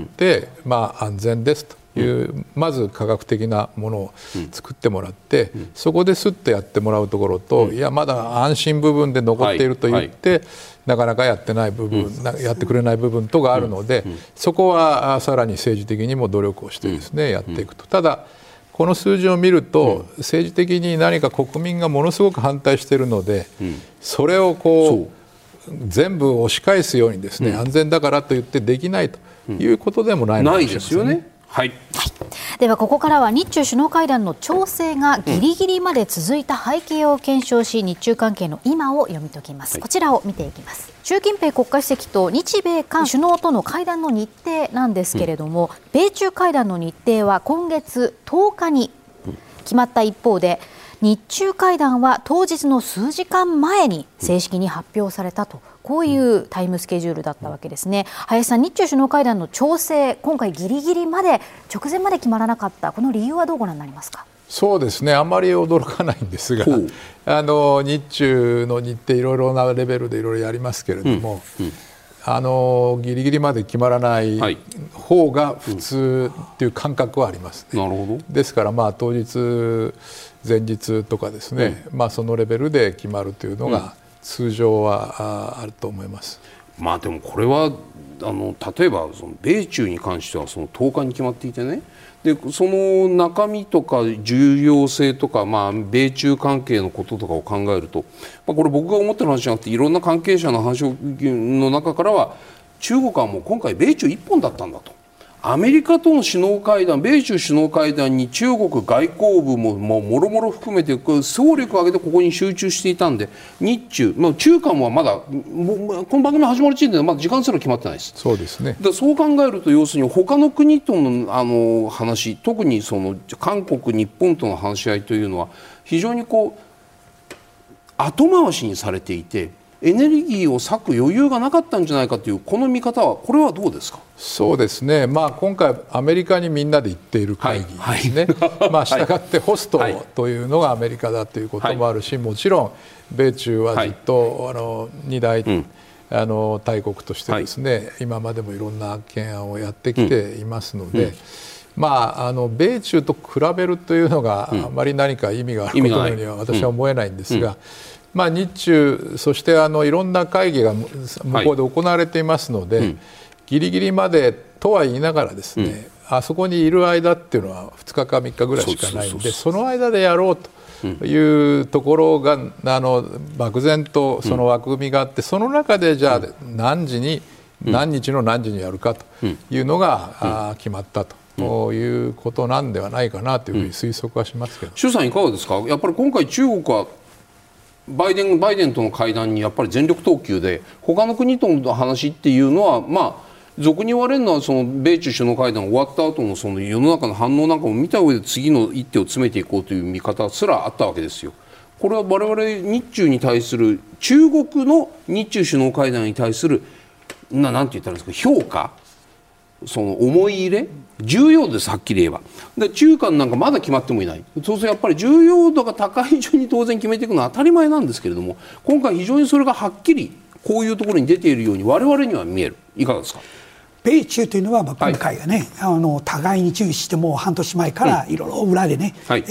安全ですというまず科学的なものを作ってもらって、そこですっとやってもらうところと、いやまだ安心部分で残っていると言って、なかなかやってない部分、やってくれない部分とがあるので、そこはさらに政治的にも努力をしてですね、やっていくと。ただこの数字を見ると、政治的に何か国民がものすごく反対しているので、それを全部押し返すようにですね、安全だからと言ってできないということでもないのかもしれませんね。 ではここからは日中首脳会談の調整がギリギリまで続いた背景を検証し、日中関係の今を読み解きます。こちらを見ていきます。習近平国家主席と日米韓首脳との会談の日程なんですけれども、米中会談の日程は今月10日に決まった一方で、日中会談は当日の数時間前に正式に発表されたと、こういうタイムスケジュールだったわけですね。林さん、日中首脳会談の調整、今回ギリギリまで直前まで決まらなかった、この理由はどうご覧になりますか。 そうですね、あまり驚かないんですが、日中の日程いろいろなレベルでいろいろやりますけれども、 ギリギリまで決まらない方が普通っていう感覚はありますね。 なるほど。 ですから当日前日とかですね、そのレベルで決まるというのが通常はあると思います。 でもこれは例えばその米中に関してはその10日に決まっていてね、でその中身とか重要性とか、米中関係のこととかを考えると、これ僕が思ってる話じゃなくていろんな関係者の話の中からは、中国はもう今回米中一本だったんだと。アメリカとの首脳会談、米中首脳会談に中国外交部ももろもろ含めて総力を挙げてここに集中していたんで、日中、中韓はまだこの番組始まる時点でまだ時間すら決まってないです。 そうですね。 そう考えると、要するに他の国との話、特にその韓国、日本との話し合いというのは非常に後回しにされていて、エネルギーを割く余裕がなかったんじゃないかというこの見方は、これはどうですか。 そうですね、今回アメリカにみんなで行っている会議ですね、したがってホストというのがアメリカだということもあるし、もちろん米中はずっと2大大国としてですね、今までもいろんな懸案をやってきていますので、米中と比べるというのがあまり何か意味があることのようには私は思えないんですが、日中、そしていろんな会議が向こうで行われていますので、ギリギリまでとは言いながらですね、あそこにいる間っていうのは2日か3日ぐらいしかないので、その間でやろうというところが漠然とその枠組みがあって、その中でじゃあ何日の何時にやるかというのが決まったということなんではないかなというふうに推測はしますけど。 周さんいかがですか。やっぱり今回中国はバイデンとの会談にやっぱり全力投球で、他の国との話っていうのは俗に言われるのはその米中首脳会談終わった後のその世の中の反応なんかも見た上で次の一手を詰めていこうという見方すらあったわけですよ。これは我々日中に対する中国の日中首脳会談に対するなんて言ったらいいんですか、評価、その思い入れ、重要です、はっきり言えば。で中韓なんかまだ決まってもいない。そうするとやっぱり重要度が高い順に当然決めていくのは当たり前なんですけれども、今回非常にそれがはっきりこういうところに出ているように我々には見える。いかがですか。 米中というのは今回がね、互いに注視してもう半年前からいろいろ裏でね、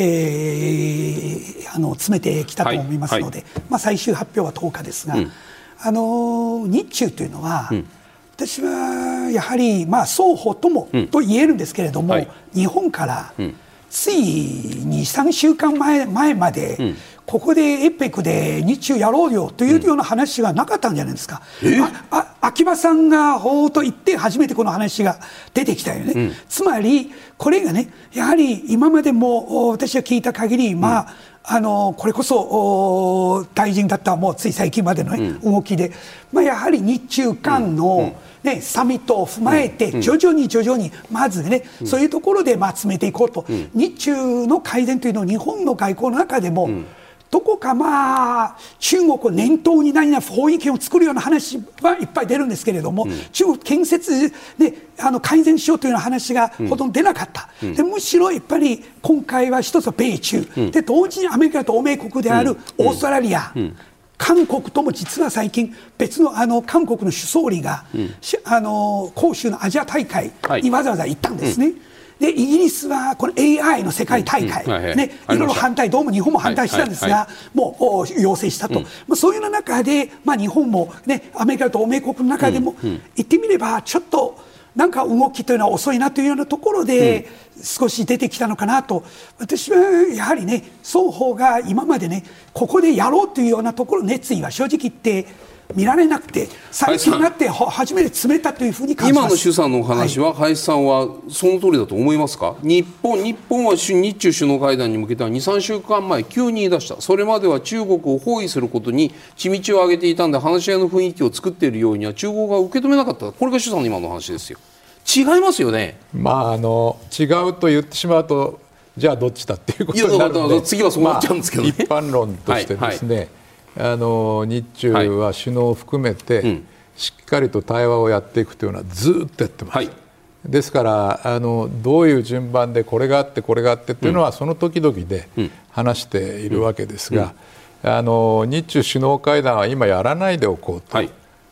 詰めてきたと思いますので、最終発表は10日ですが、日中というのは、私はやはり双方ともと言えるんですけれども、日本からつい2、3週間前まで、ここでAPECで日中やろうよというような話がなかったんじゃないですか。秋葉さんがほうと言って初めてこの話が出てきたよね。つまりこれがね、やはり今までも私が聞いた限り、これこそ大臣だったもうつい最近までの、動きで、やはり日中間の、サミットを踏まえて徐々にまずね、そういうところで詰めていこうと、日中の改善というのを日本の外交の中でも、どこか中国を念頭に何々包囲圏を作るような話はいっぱい出るんですけれども、中国建設で改善しようというような話がほとんど出なかった。でむしろやっぱり今回は一つは米中、で同時にアメリカと同盟国であるオーストラリア、韓国とも実は最近別の韓国の首総理が、広州のアジア大会にわざわざ行ったんですね。でイギリスはこの AI の世界大会、いろいろ反対、どうも日本も反対したんですが、もう要請したと、そういう中で、日本も、アメリカと同盟国の中でも、言ってみればちょっとなんか動きというのは遅いなというようなところで、少し出てきたのかなと。私はやはりね、双方が今までね、ここでやろうというようなところ、熱意は正直言って見られなくて、最近になって初めて詰めたというふうに感じます。 今の周さんのお話は、林さんはその通りだと思いますか。日本は日中首脳会談に向けては 2,3 週間前急に言い出した。それまでは中国を包囲することに血道を上げていたんで、話し合いの雰囲気を作っているようには中国が受け止めなかった。これが周さんの今の話ですよ。違いますよね。 違うと言ってしまうと、じゃあどっちだっていうことになるので、 次はそうなっちゃうんですけどね。 一般論としてですね、日中は首脳を含めてしっかりと対話をやっていくというのはずっとやってます。ですからどういう順番でこれがあってこれがあってというのはその時々で話しているわけですが、日中首脳会談は今やらないでおこうと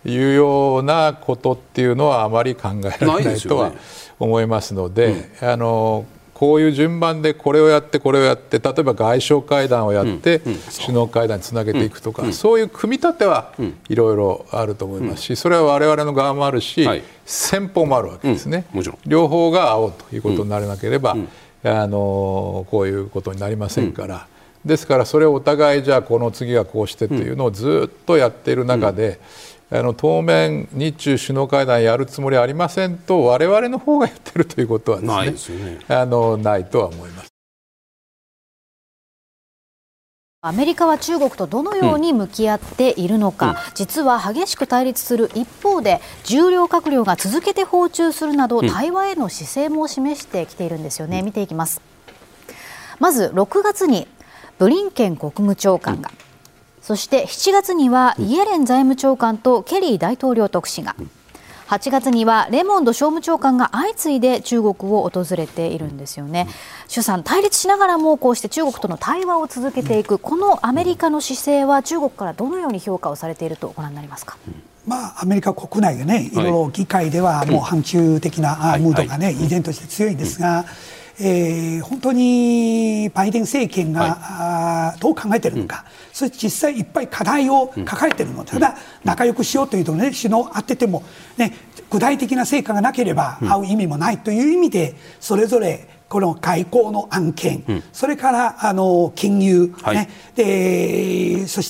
いうようなことっていうのはあまり考えられないとは思いますので、こういう順番でこれをやってこれをやって、例えば外相会談をやって首脳会談につなげていくとか、そういう組み立てはいろいろあると思いますし、それは我々の側もあるし、先方もあるわけですね。両方が合おうということにならなければ、こういうことになりませんから、ですからそれをお互いじゃあこの次はこうしてというのをずっとやっている中で、当面日中首脳会談やるつもりはありませんと我々の方が言ってるということはですね、ないとは思います。 アメリカは中国とどのように向き合っているのか、実は激しく対立する一方で重量閣僚が続けて訪中するなど、対話への姿勢も示してきているんですよね。見ていきます。まず6月にブリンケン国務長官が、そして7月にはイエレン財務長官とケリー大統領特使が、8月にはレモンド商務長官が相次いで中国を訪れているんですよね。周さん、対立しながらもこうして中国との対話を続けていく、このアメリカの姿勢は中国からどのように評価をされているとご覧になりますか。 アメリカ国内がね、いろいろ議会ではもう反中的なムードがね、依然として強いんですが、本当にバイデン政権が、どう考えているのか、そして実際いっぱい課題を抱えているので、ただ仲良くしようというとね、首脳会ってても、ね、具体的な成果がなければ会う意味もないという意味で、それぞれこの外交の案件、それから金融、でそして、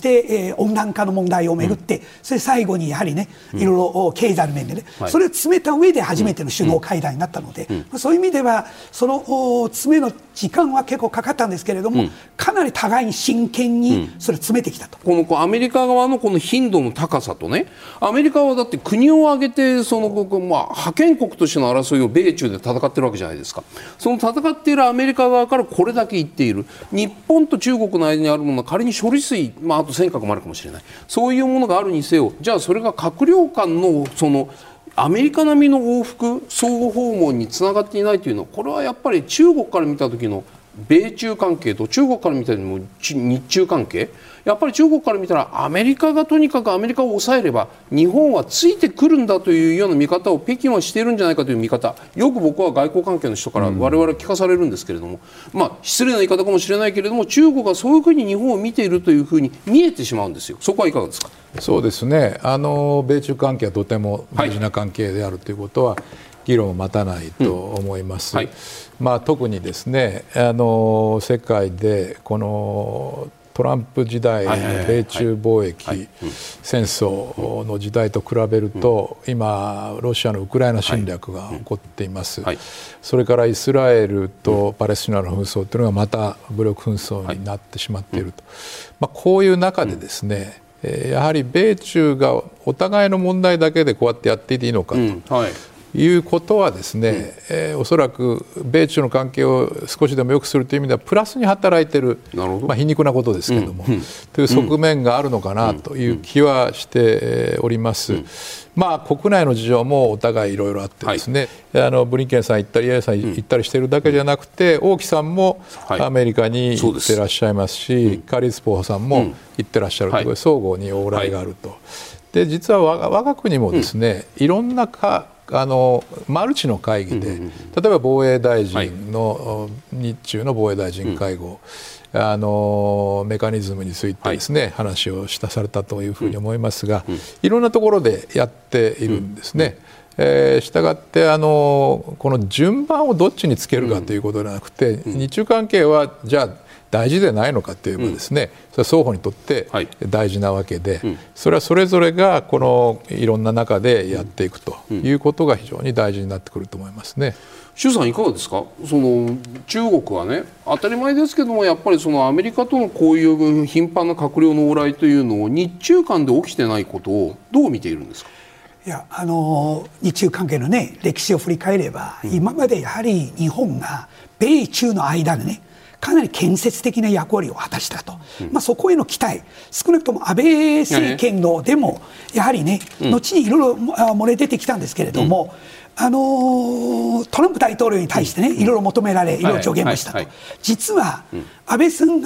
温暖化の問題をめぐって、それ最後にやはりね、いろいろ経済の面でね、それを詰めた上で初めての首脳会談になったので、そういう意味ではその詰めの時間は結構かかったんですけれども、かなり互いに真剣にそれを詰めてきたと。 このアメリカ側のこの頻度の高さとね、アメリカはだって国を挙げてその、覇権国としての争いを米中で戦ってるわけじゃないですか。その戦っているアメリカ側からこれだけ言っている、日本と中国の間にあるものは仮に処理水、あと尖閣もあるかもしれない、そういうものがあるにせよ、じゃあそれが閣僚間のそのアメリカ並みの往復相互訪問につながっていないというのは、これはやっぱり中国から見た時の米中関係と中国から見た時の日中関係、やっぱり中国から見たらアメリカがとにかくアメリカを抑えれば日本はついてくるんだというような見方を北京はしているんじゃないかという見方、よく僕は外交関係の人から我々は聞かされるんですけれども、失礼な言い方かもしれないけれども、中国はそういうふうに日本を見ているというふうに見えてしまうんですよ。そこはいかがですか。 そうですね、米中関係はとても大事な関係であるということは、議論を待たないと思います。特にですね、世界でこのトランプ時代の米中貿易戦争の時代と比べると、今ロシアのウクライナ侵略が起こっています。それからイスラエルとパレスチナの紛争というのがまた武力紛争になってしまっていると、こういう中でですね、やはり米中がお互いの問題だけでこうやってやっていていいのかということはですね、おそらく米中の関係を少しでも良くするという意味ではプラスに働いている、皮肉なことですけれども、という側面があるのかなという気はしております。国内の事情もお互いいろいろあってですね、ブリンケンさん行ったりイエレンさん行ったりしているだけじゃなくて、王毅さんもアメリカに行ってらっしゃいますし、カリスポーさんも行ってらっしゃるということで、相互に往来があると。で実は我が国もですね、いろんなマルチの会議で、例えば防衛大臣の、日中の防衛大臣会合、メカニズムについてですね、話をされたというふうに思いますが、いろんなところでやっているんですね。したがってこの順番をどっちにつけるかということではなくて、日中関係はじゃあ大事でないのかといえばですね、それは双方にとって大事なわけで、それはそれぞれがこのいろんな中でやっていくということが非常に大事になってくると思いますね。 周さんいかがですか。その中国はね、当たり前ですけども、やっぱりそのアメリカとのこういう頻繁な閣僚の往来というのを日中間で起きてないことをどう見ているんですか。 いや日中関係のね、歴史を振り返れば、今までやはり日本が米中の間でね、かなり建設的な役割を果たしたと、そこへの期待、少なくとも安倍政権のでもやはりね、後にいろいろ漏れ出てきたんですけれども、トランプ大統領に対してね、いろいろ求められ、いろいろ助言をしたと。実は安倍さんが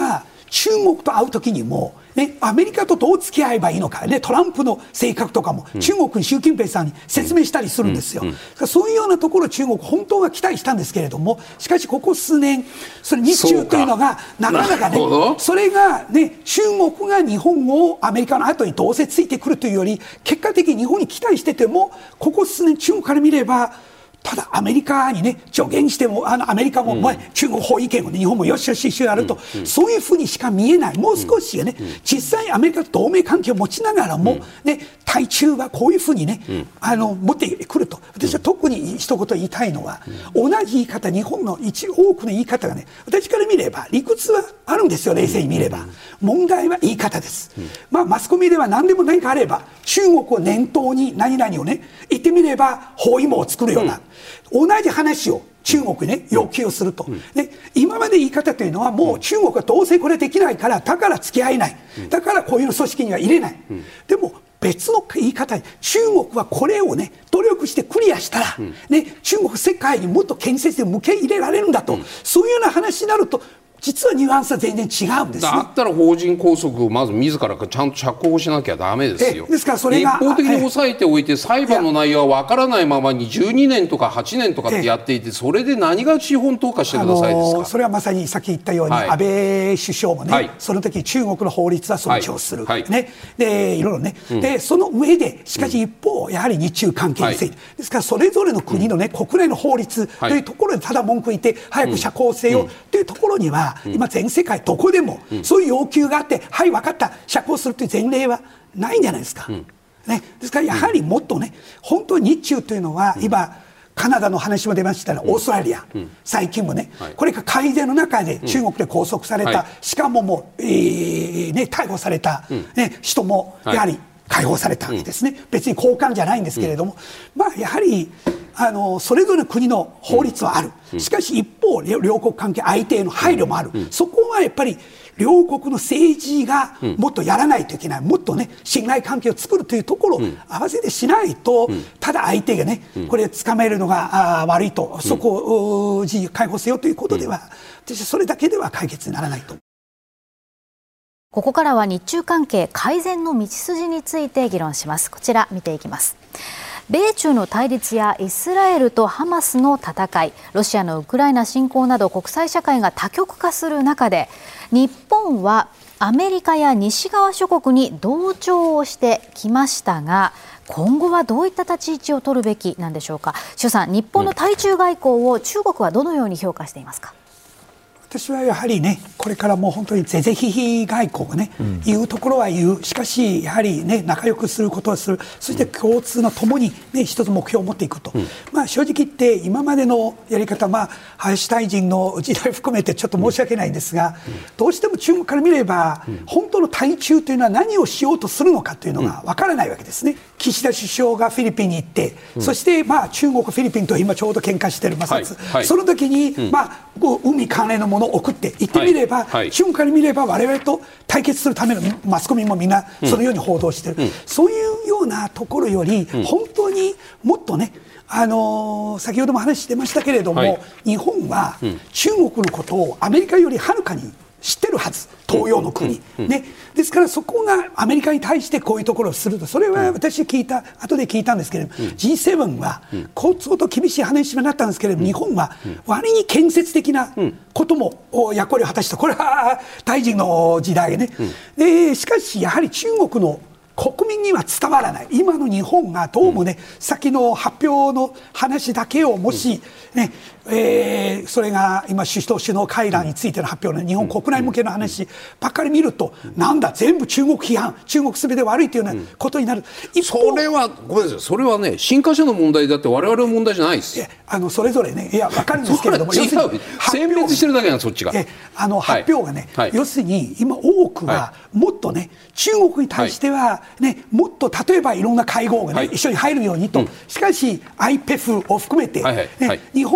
中国と会うときにも、アメリカとどう付き合えばいいのか、トランプの性格とかも中国に習近平さんに説明したりするんですよ。そういうようなところ中国本当は期待したんですけれども、しかしここ数年それ日中というのがなかなかね、それがね、中国が日本をアメリカの後にどうせついてくるというより、結果的に日本に期待してても、ここ数年中国から見ればただアメリカにね助言してもアメリカも中国包囲圏を、ね、日本もよしよし一緒やると、そういうふうにしか見えない。もう少しね、実際アメリカと同盟関係を持ちながらも、ね、対中はこういうふうにね、持ってくると。私は特に一言言いたいのは、同じ言い方、日本の多くの言い方がね、私から見れば理屈はあるんですよ。冷静に見れば問題は言い方です。マスコミでは何でも何かあれば中国を念頭に何々をね言ってみれば包囲網を作るような、同じ話を中国に、ね、要求をすると、ね、今まで言い方というのはもう中国はどうせこれできないから、だから付き合えない、だからこういう組織には入れない、でも別の言い方に中国はこれをね努力してクリアしたら、ね、中国世界にもっと建設で向け入れられるんだと、そういうような話になると実はニュアンスは全然違うんです、ね、 だったら法人拘束をまず自らちゃんと着工しなきゃダメですよ。 ですからそれが一方的に抑えておいて裁判の内容は分からないままに12年とか8年とかってやっていて、それで何が資本投下してくださいですか。 それはまさにさっき言ったように、安倍首相もね、その時中国の法律は尊重する、ね、でいろいろね、でその上でしかし一方やはり日中関係について、ですからそれぞれの国のね、国内の法律というところでただ文句言って早く釈放せよというところには、今全世界どこでもそういう要求があって、はい分かった釈放するという前例はないんじゃないですか、ね、ですからやはりもっとね、本当に日中というのは今カナダの話も出ましたら、オーストラリア、最近もね、これが改善の中で中国で拘束された、しかももう、逮捕された、人もやはり解放されたわけですね、別に交換じゃないんですけれども、やはりそれぞれの国の法律はある、しかし一方両国関係相手への配慮もある、そこはやっぱり両国の政治がもっとやらないといけない、もっとね信頼関係を作るというところを合わせてしないと、ただ相手がねこれ捕まえるのが悪いと、そこを自由解放せよということでは、私はそれだけでは解決にならないと。 ここからは日中関係改善の道筋について議論します。こちら見ていきます。米中の対立やイスラエルとハマスの戦い、ロシアのウクライナ侵攻など国際社会が多極化する中で、日本はアメリカや西側諸国に同調をしてきましたが、今後はどういった立ち位置を取るべきなんでしょうか。周さん、日本の対中外交を中国はどのように評価していますか。 私はやはりね、これからもう本当に是々非々外交がね、言うところは言う、しかしやはりね仲良くすることをする、そして共通のともにね一つ目標を持っていくと、正直言って今までのやり方、林大臣の時代含めてちょっと申し訳ないんですが、どうしても中国から見れば、本当の対中というのは何をしようとするのかというのがわからないわけですね。岸田首相がフィリピンに行って、そして中国フィリピンと今ちょうど喧嘩している摩擦、その時に海関連のものを送って言ってみれば、中国から見れば我々と対決するためのマスコミもみんなそのように報道している、そういうようなところより、本当にもっとね、先ほども話してましたけれども、日本は中国のことをアメリカよりはるかに知ってるはず、東洋の国、ね、ですからそこがアメリカに対してこういうところをすると、それは私後で聞いたんですけれども、G7 は相当厳しい話になったんですけれども、日本は割に建設的なことも役割を果たした、これは大臣の時代ね、でしかしやはり中国の国民には伝わらない、今の日本がどうもね、先の発表の話だけをもし、ねそれが今首脳会談についての発表の日本国内向けの話ばっかり見ると、なんだ全部中国批判、中国すべて悪いというようなことになる。 それはごめんなさい、それはね新華社の問題だって我々の問題じゃないです。 それぞれね、いや分かるんですけれども、 違う、選別してるだけなんそっちが。 発表がね、要するに今多くはもっとね、中国に対してはね、もっと例えばいろんな会合がね、一緒に入るようにと、しかし IPEF を含めて、日本が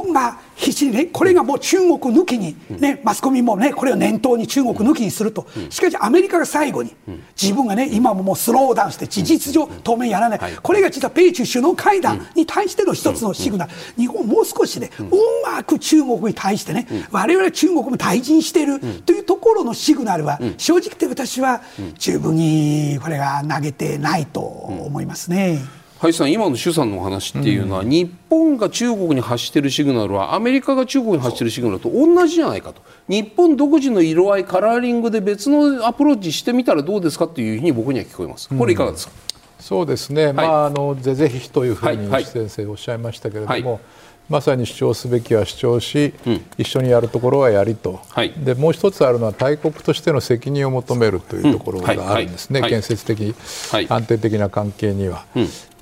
必死にね、これがもう中国抜きに、ね、マスコミもね、これを念頭に中国抜きにすると、しかしアメリカが最後に、自分がね、今ももうスローダウンして、事実上、当面やらない、これが実は米中首脳会談に対しての一つのシグナル、日本、もう少しね、うまく中国に対してね、我々中国も対峙しているというところのシグナルは、正直言って私は十分にこれが投げてないと思いますね。 林さん、今の朱さんのお話っていうのは、日本が中国に発しているシグナルはアメリカが中国に発しているシグナルと同じじゃないかと、日本独自の色合いカラーリングで別のアプローチしてみたらどうですかというふうに僕には聞こえます。これいかがですか？ そうですね、是々非というふうに先生おっしゃいましたけれども、まさに主張すべきは主張し、一緒にやるところはやりと、でもう一つあるのは大国としての責任を求めるというところがあるんですね、建設的、安定的な関係には。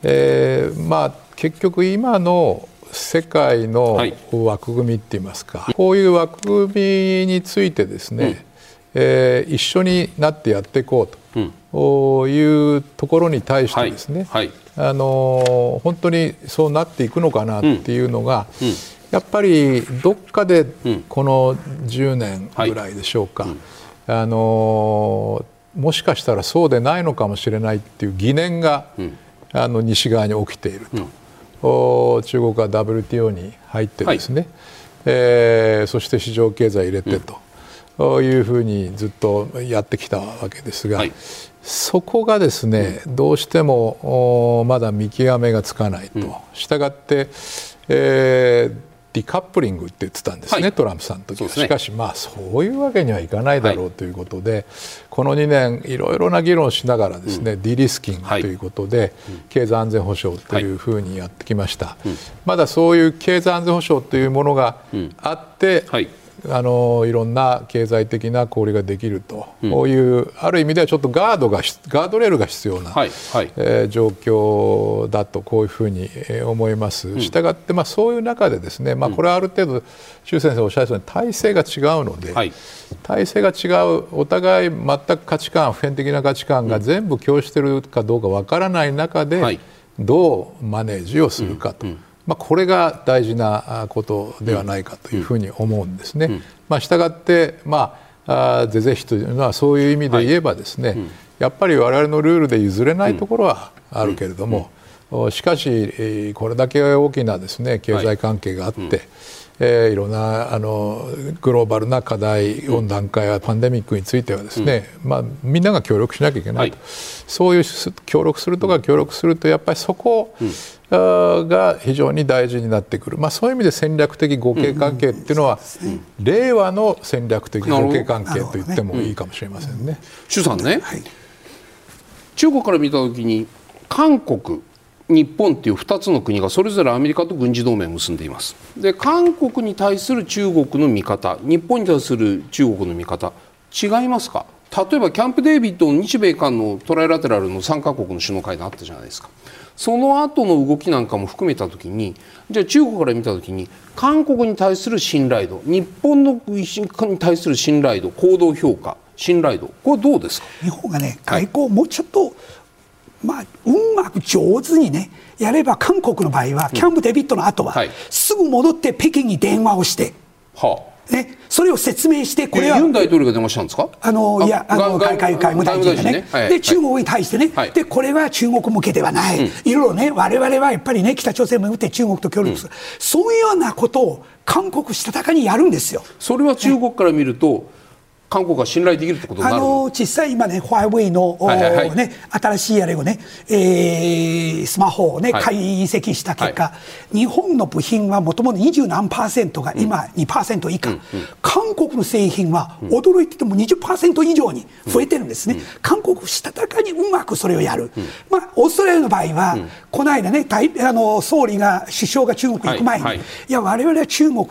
結局今の世界の枠組みって言いますか、こういう枠組みについてですね、一緒になってやっていこうというところに対してですね、本当にそうなっていくのかなっていうのが、やっぱりどっかでこの10年ぐらいでしょうか、もしかしたらそうでないのかもしれないっていう疑念が西側に起きていると、中国が WTO に入ってですね、そして市場経済入れてというふうにずっとやってきたわけですが、そこがですね、どうしてもまだ見極めがつかないと。したがって、ディカップリングって言ってたんですね、トランプさんの時は。しかしそういうわけにはいかないだろうということで、この2年いろいろな議論をしながらですね、ディリスキングということで、経済安全保障というふうにやってきました。まだそういう経済安全保障というものがあって、いろんな経済的な交流ができるという、ある意味ではちょっとガードレールが必要な、状況だと、こういうふうに思います。したがって、そういう中でですね、これはある程度周先生おっしゃるように体制が違うので、体制が違う、お互い全く価値観、普遍的な価値観が全部共有しているかどうかわからない中で、どうマネージをするかと。これが大事なことではないかというふうに思うんですね。したがって、是々非というのはそういう意味で言えばですね、やっぱり我々のルールで譲れないところはあるけれども、しかしこれだけ大きなですね、経済関係があって、いろんなグローバルな課題、温暖化やパンデミックについてはですね、みんなが協力しなきゃいけないと、そういう協力するとか協力すると、やっぱりそこが非常に大事になってくる、そういう意味で戦略的互恵関係っていうのは、令和の戦略的互恵関係と言ってもいいかもしれませんね。 朱さんね、中国から見たときに韓国、日本という2つの国がそれぞれアメリカと軍事同盟を結んでいます。で、韓国に対する中国の見方、日本に対する中国の見方、違いますか？例えばキャンプデービッドの日米韓のトライラテラルの3カ国の首脳会談あったじゃないですか。その後の動きなんかも含めたときに、じゃあ中国から見たときに韓国に対する信頼度、日本のに対する信頼度、行動評価、信頼度、これどうですか？ 日本がね、外交をもうちょっと、うまく上手にねやれば、韓国の場合はキャンプデービッドの後は、すぐ戻って北京に電話をして、それを説明して、これはユン大統領が電話したんですか？ 外務大臣がね、で中国に対してね、でこれは中国向けではない、いろいろね、我々はやっぱりね、北朝鮮をめぐって中国と協力する、そういうようなことを韓国したたかにやるんですよ。 それは中国から見ると、韓国が信頼できるってことになる実際今ね、ファーウェイの、新しいあれをね、スマホをね、解析した結果、日本の部品はもともと20何%が今 2% 以下、韓国の製品は驚いてても 20% 以上に増えてるんですね。韓国したたかにうまくそれをやる。オーストラリアの場合は、この間ね、首相が中国に行く前に、いや我々は中国の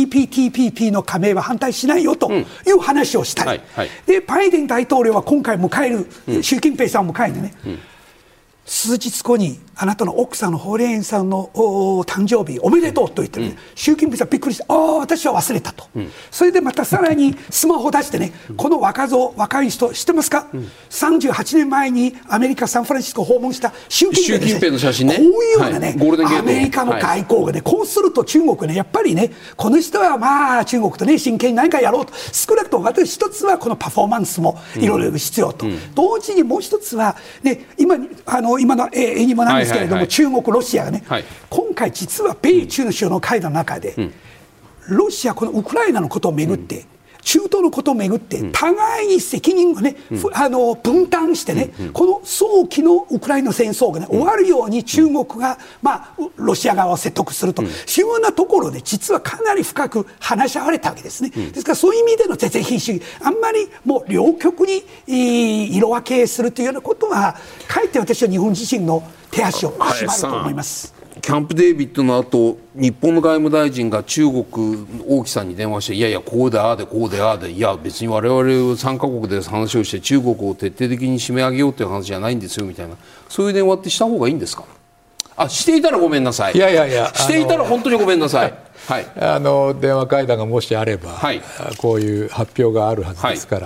CPTPP の加盟は反対しないよという話をして、でバイデン大統領は今回迎える、習近平さんを迎えてね、 数日後にあなたの奥さんのホーレーンさんの誕生日おめでとうと言ってね、習近平さんびっくりして、私は忘れたと、それでまたさらにスマホを出してね、この若い人知ってますか、38年前にアメリカ・サンフランシスコを訪問した習近平の写真ね、 こういうようなね、アメリカの外交がね、こうすると中国ね、やっぱりね、この人はまあ中国とね真剣に何かやろうと、少なくとも私一つはこのパフォーマンスもいろいろ必要と、同時にもう一つはね、今の絵にもなんですけれども、中国、ロシアがね、今回実は米中の首脳会談の中で、ロシアこのウクライナのことをめぐって、中東のことをめぐって互いに責任をね、分担してね、この早期のウクライナ戦争がね終わるように中国がロシア側を説得するというようなところで、実はかなり深く話し合われたわけですね。ですからそういう意味での是々非々主義、あんまりもう両極に色分けするというようなことは、かえって私は日本自身の手足を縛ると思います。 キャンプデービッドの後、日本の外務大臣が中国王毅さんに電話して、いやいやこうでああでこうでああで、いや別に我々3カ国で話をして中国を徹底的に締め上げようという話じゃないんですよみたいな、そういう電話ってした方がいいんですか。していたらごめんなさい。 いやしていたら本当にごめんなさい。はい、 電話会談がもしあれば、こういう発表があるはずですから、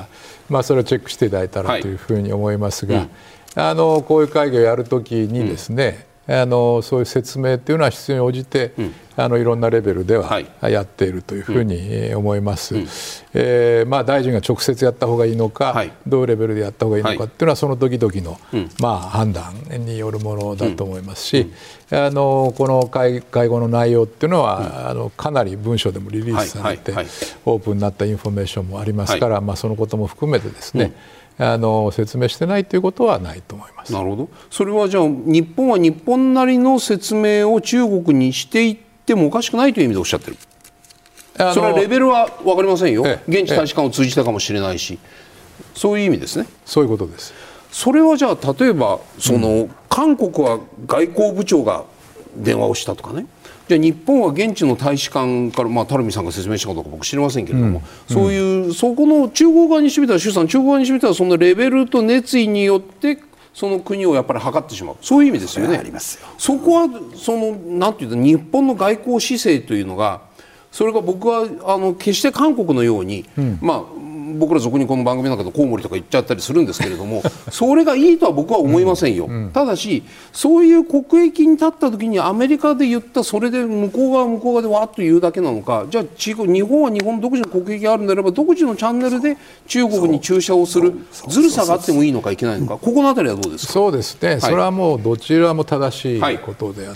それをチェックしていただいたらというふうに思いますが、こういう会議をやるときにですね、そういう説明というのは必要に応じて、いろんなレベルではやっているというふうに思います。大臣が直接やった方がいいのか、どういうレベルでやった方がいいのかっていうのはその時々の、判断によるものだと思いますし、この会合の内容っていうのは、かなり文書でもリリースされて、オープンになったインフォメーションもありますから、そのことも含めてですね、説明してないということはないと思います。 なるほど。それはじゃあ日本は日本なりの説明を中国にしていってもおかしくないという意味でおっしゃってる。それはレベルは分かりませんよ。現地大使館を通じたかもしれないし、そういう意味ですね。 そういうことです。 それはじゃあ例えば韓国は外交部長が電話をしたとかね、じゃあ日本は現地の大使館から、垂水さんが説明したかどうか僕知りませんけれども、そういうそこの中国側にしてみたら、周さん、中国側にしてみたら、そのレベルと熱意によってその国をやっぱり測ってしまう、そういう意味ですよね。そこはなんていうか、日本の外交姿勢というのが、それが僕は決して韓国のように、僕ら俗にこの番組の中でコウモリとか言っちゃったりするんですけれども、それがいいとは僕は思いませんよ。ただしそういう国益に立った時にアメリカで言った、それで向こう側でわーっと言うだけなのか、じゃあ日本は日本独自の国益があるんであれば独自のチャンネルで中国に注射をするずるさがあってもいいのかいけないのか、ここのあたりはどうですか。 そうですね、それはもうどちらも正しいことであって、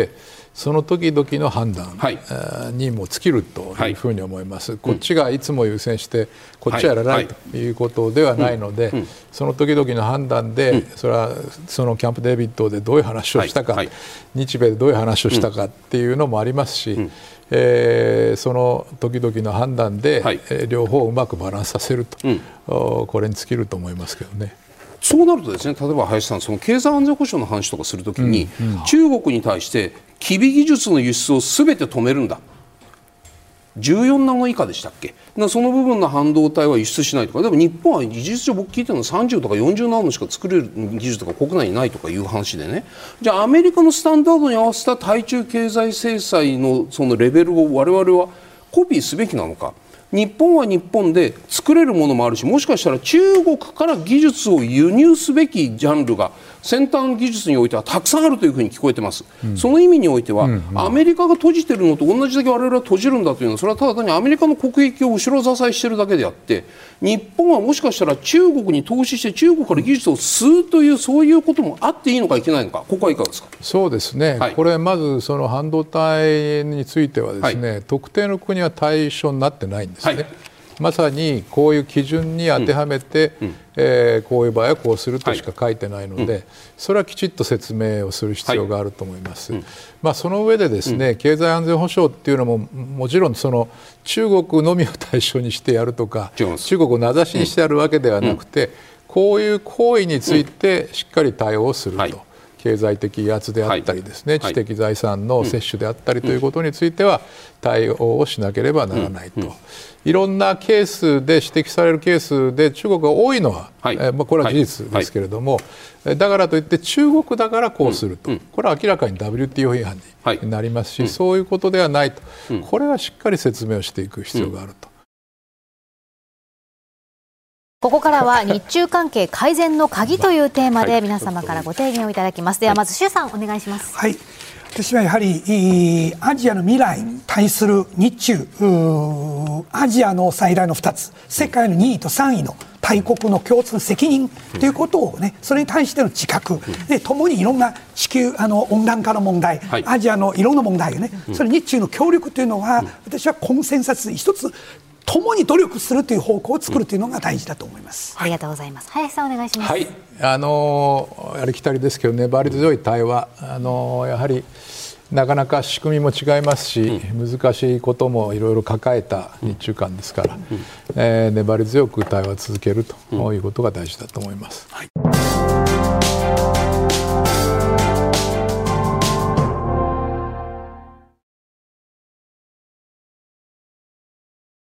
その時々の判断にも尽きるというふうに思います。こっちがいつも優先してこっちはやらないということではないので、その時々の判断で、それはそのキャンプデービッドでどういう話をしたか、日米でどういう話をしたかっていうのもありますし、その時々の判断で、両方をうまくバランスさせると、これに尽きると思いますけどね。 そうなるとですね、例えば林さん、その経済安全保障の話とかするときに、中国に対して機微技術の輸出をすべて止めるんだ、14ナノ以下でしたっけ、その部分の半導体は輸出しないとか、でも日本は事実上僕聞いてるのは30とか40ナノしか作れる技術とか国内にないとかいう話でね、じゃあアメリカのスタンダードに合わせた対中経済制裁のそのレベルを我々はコピーすべきなのか。日本は日本で作れるものもあるし、もしかしたら中国から技術を輸入すべきジャンルが先端技術においてはたくさんあるというふうに聞こえてます。その意味においては、アメリカが閉じているのと同じだけ我々は閉じるんだというのは、それはただ単にアメリカの国益を後ろ支えしているだけであって、日本はもしかしたら中国に投資して中国から技術を吸うという、そういうこともあっていいのかいけないのか、ここはいかがですか。 そうですね、これまずその半導体についてはですね、特定の国は対象になってないんですね。まさにこういう基準に当てはめて、こういう場合はこうするとしか書いてないので、それはきちっと説明をする必要があると思います。その上でですね、経済安全保障っていうのももちろんその中国のみを対象にしてやるとか、中国を名指しにしてやるわけではなくて、こういう行為についてしっかり対応すると。 経済的威圧であったりですね、知的財産の摂取であったりということについては対応をしなければならないと、いろんなケースで指摘されるケースで中国が多いのは、これは事実ですけれども、だからといって中国だからこうすると、これは明らかに WTO 違反になりますし、そういうことではないと、これはしっかり説明をしていく必要があると。 ここからは日中関係改善の鍵というテーマで皆様からご提言をいただきます。ではまず周さんお願いします。 はい、私はやはりアジアの未来に対する日中アジアの最大の2つ、世界の2位と3位の大国の共通責任ということをね、それに対しての自覚で、ともにいろんな地球温暖化の問題、アジアのいろんな問題がね、それ日中の協力というのは、私はコンセンサス一つ共に努力するという方向を作るというのが大事だと思います。 ありがとうございます。林さんお願いします。 はい、ありきたりですけど粘り強い対話、やはりなかなか仕組みも違いますし、難しいこともいろいろ抱えた日中間ですから、粘り強く対話を続けるということが大事だと思います。はい。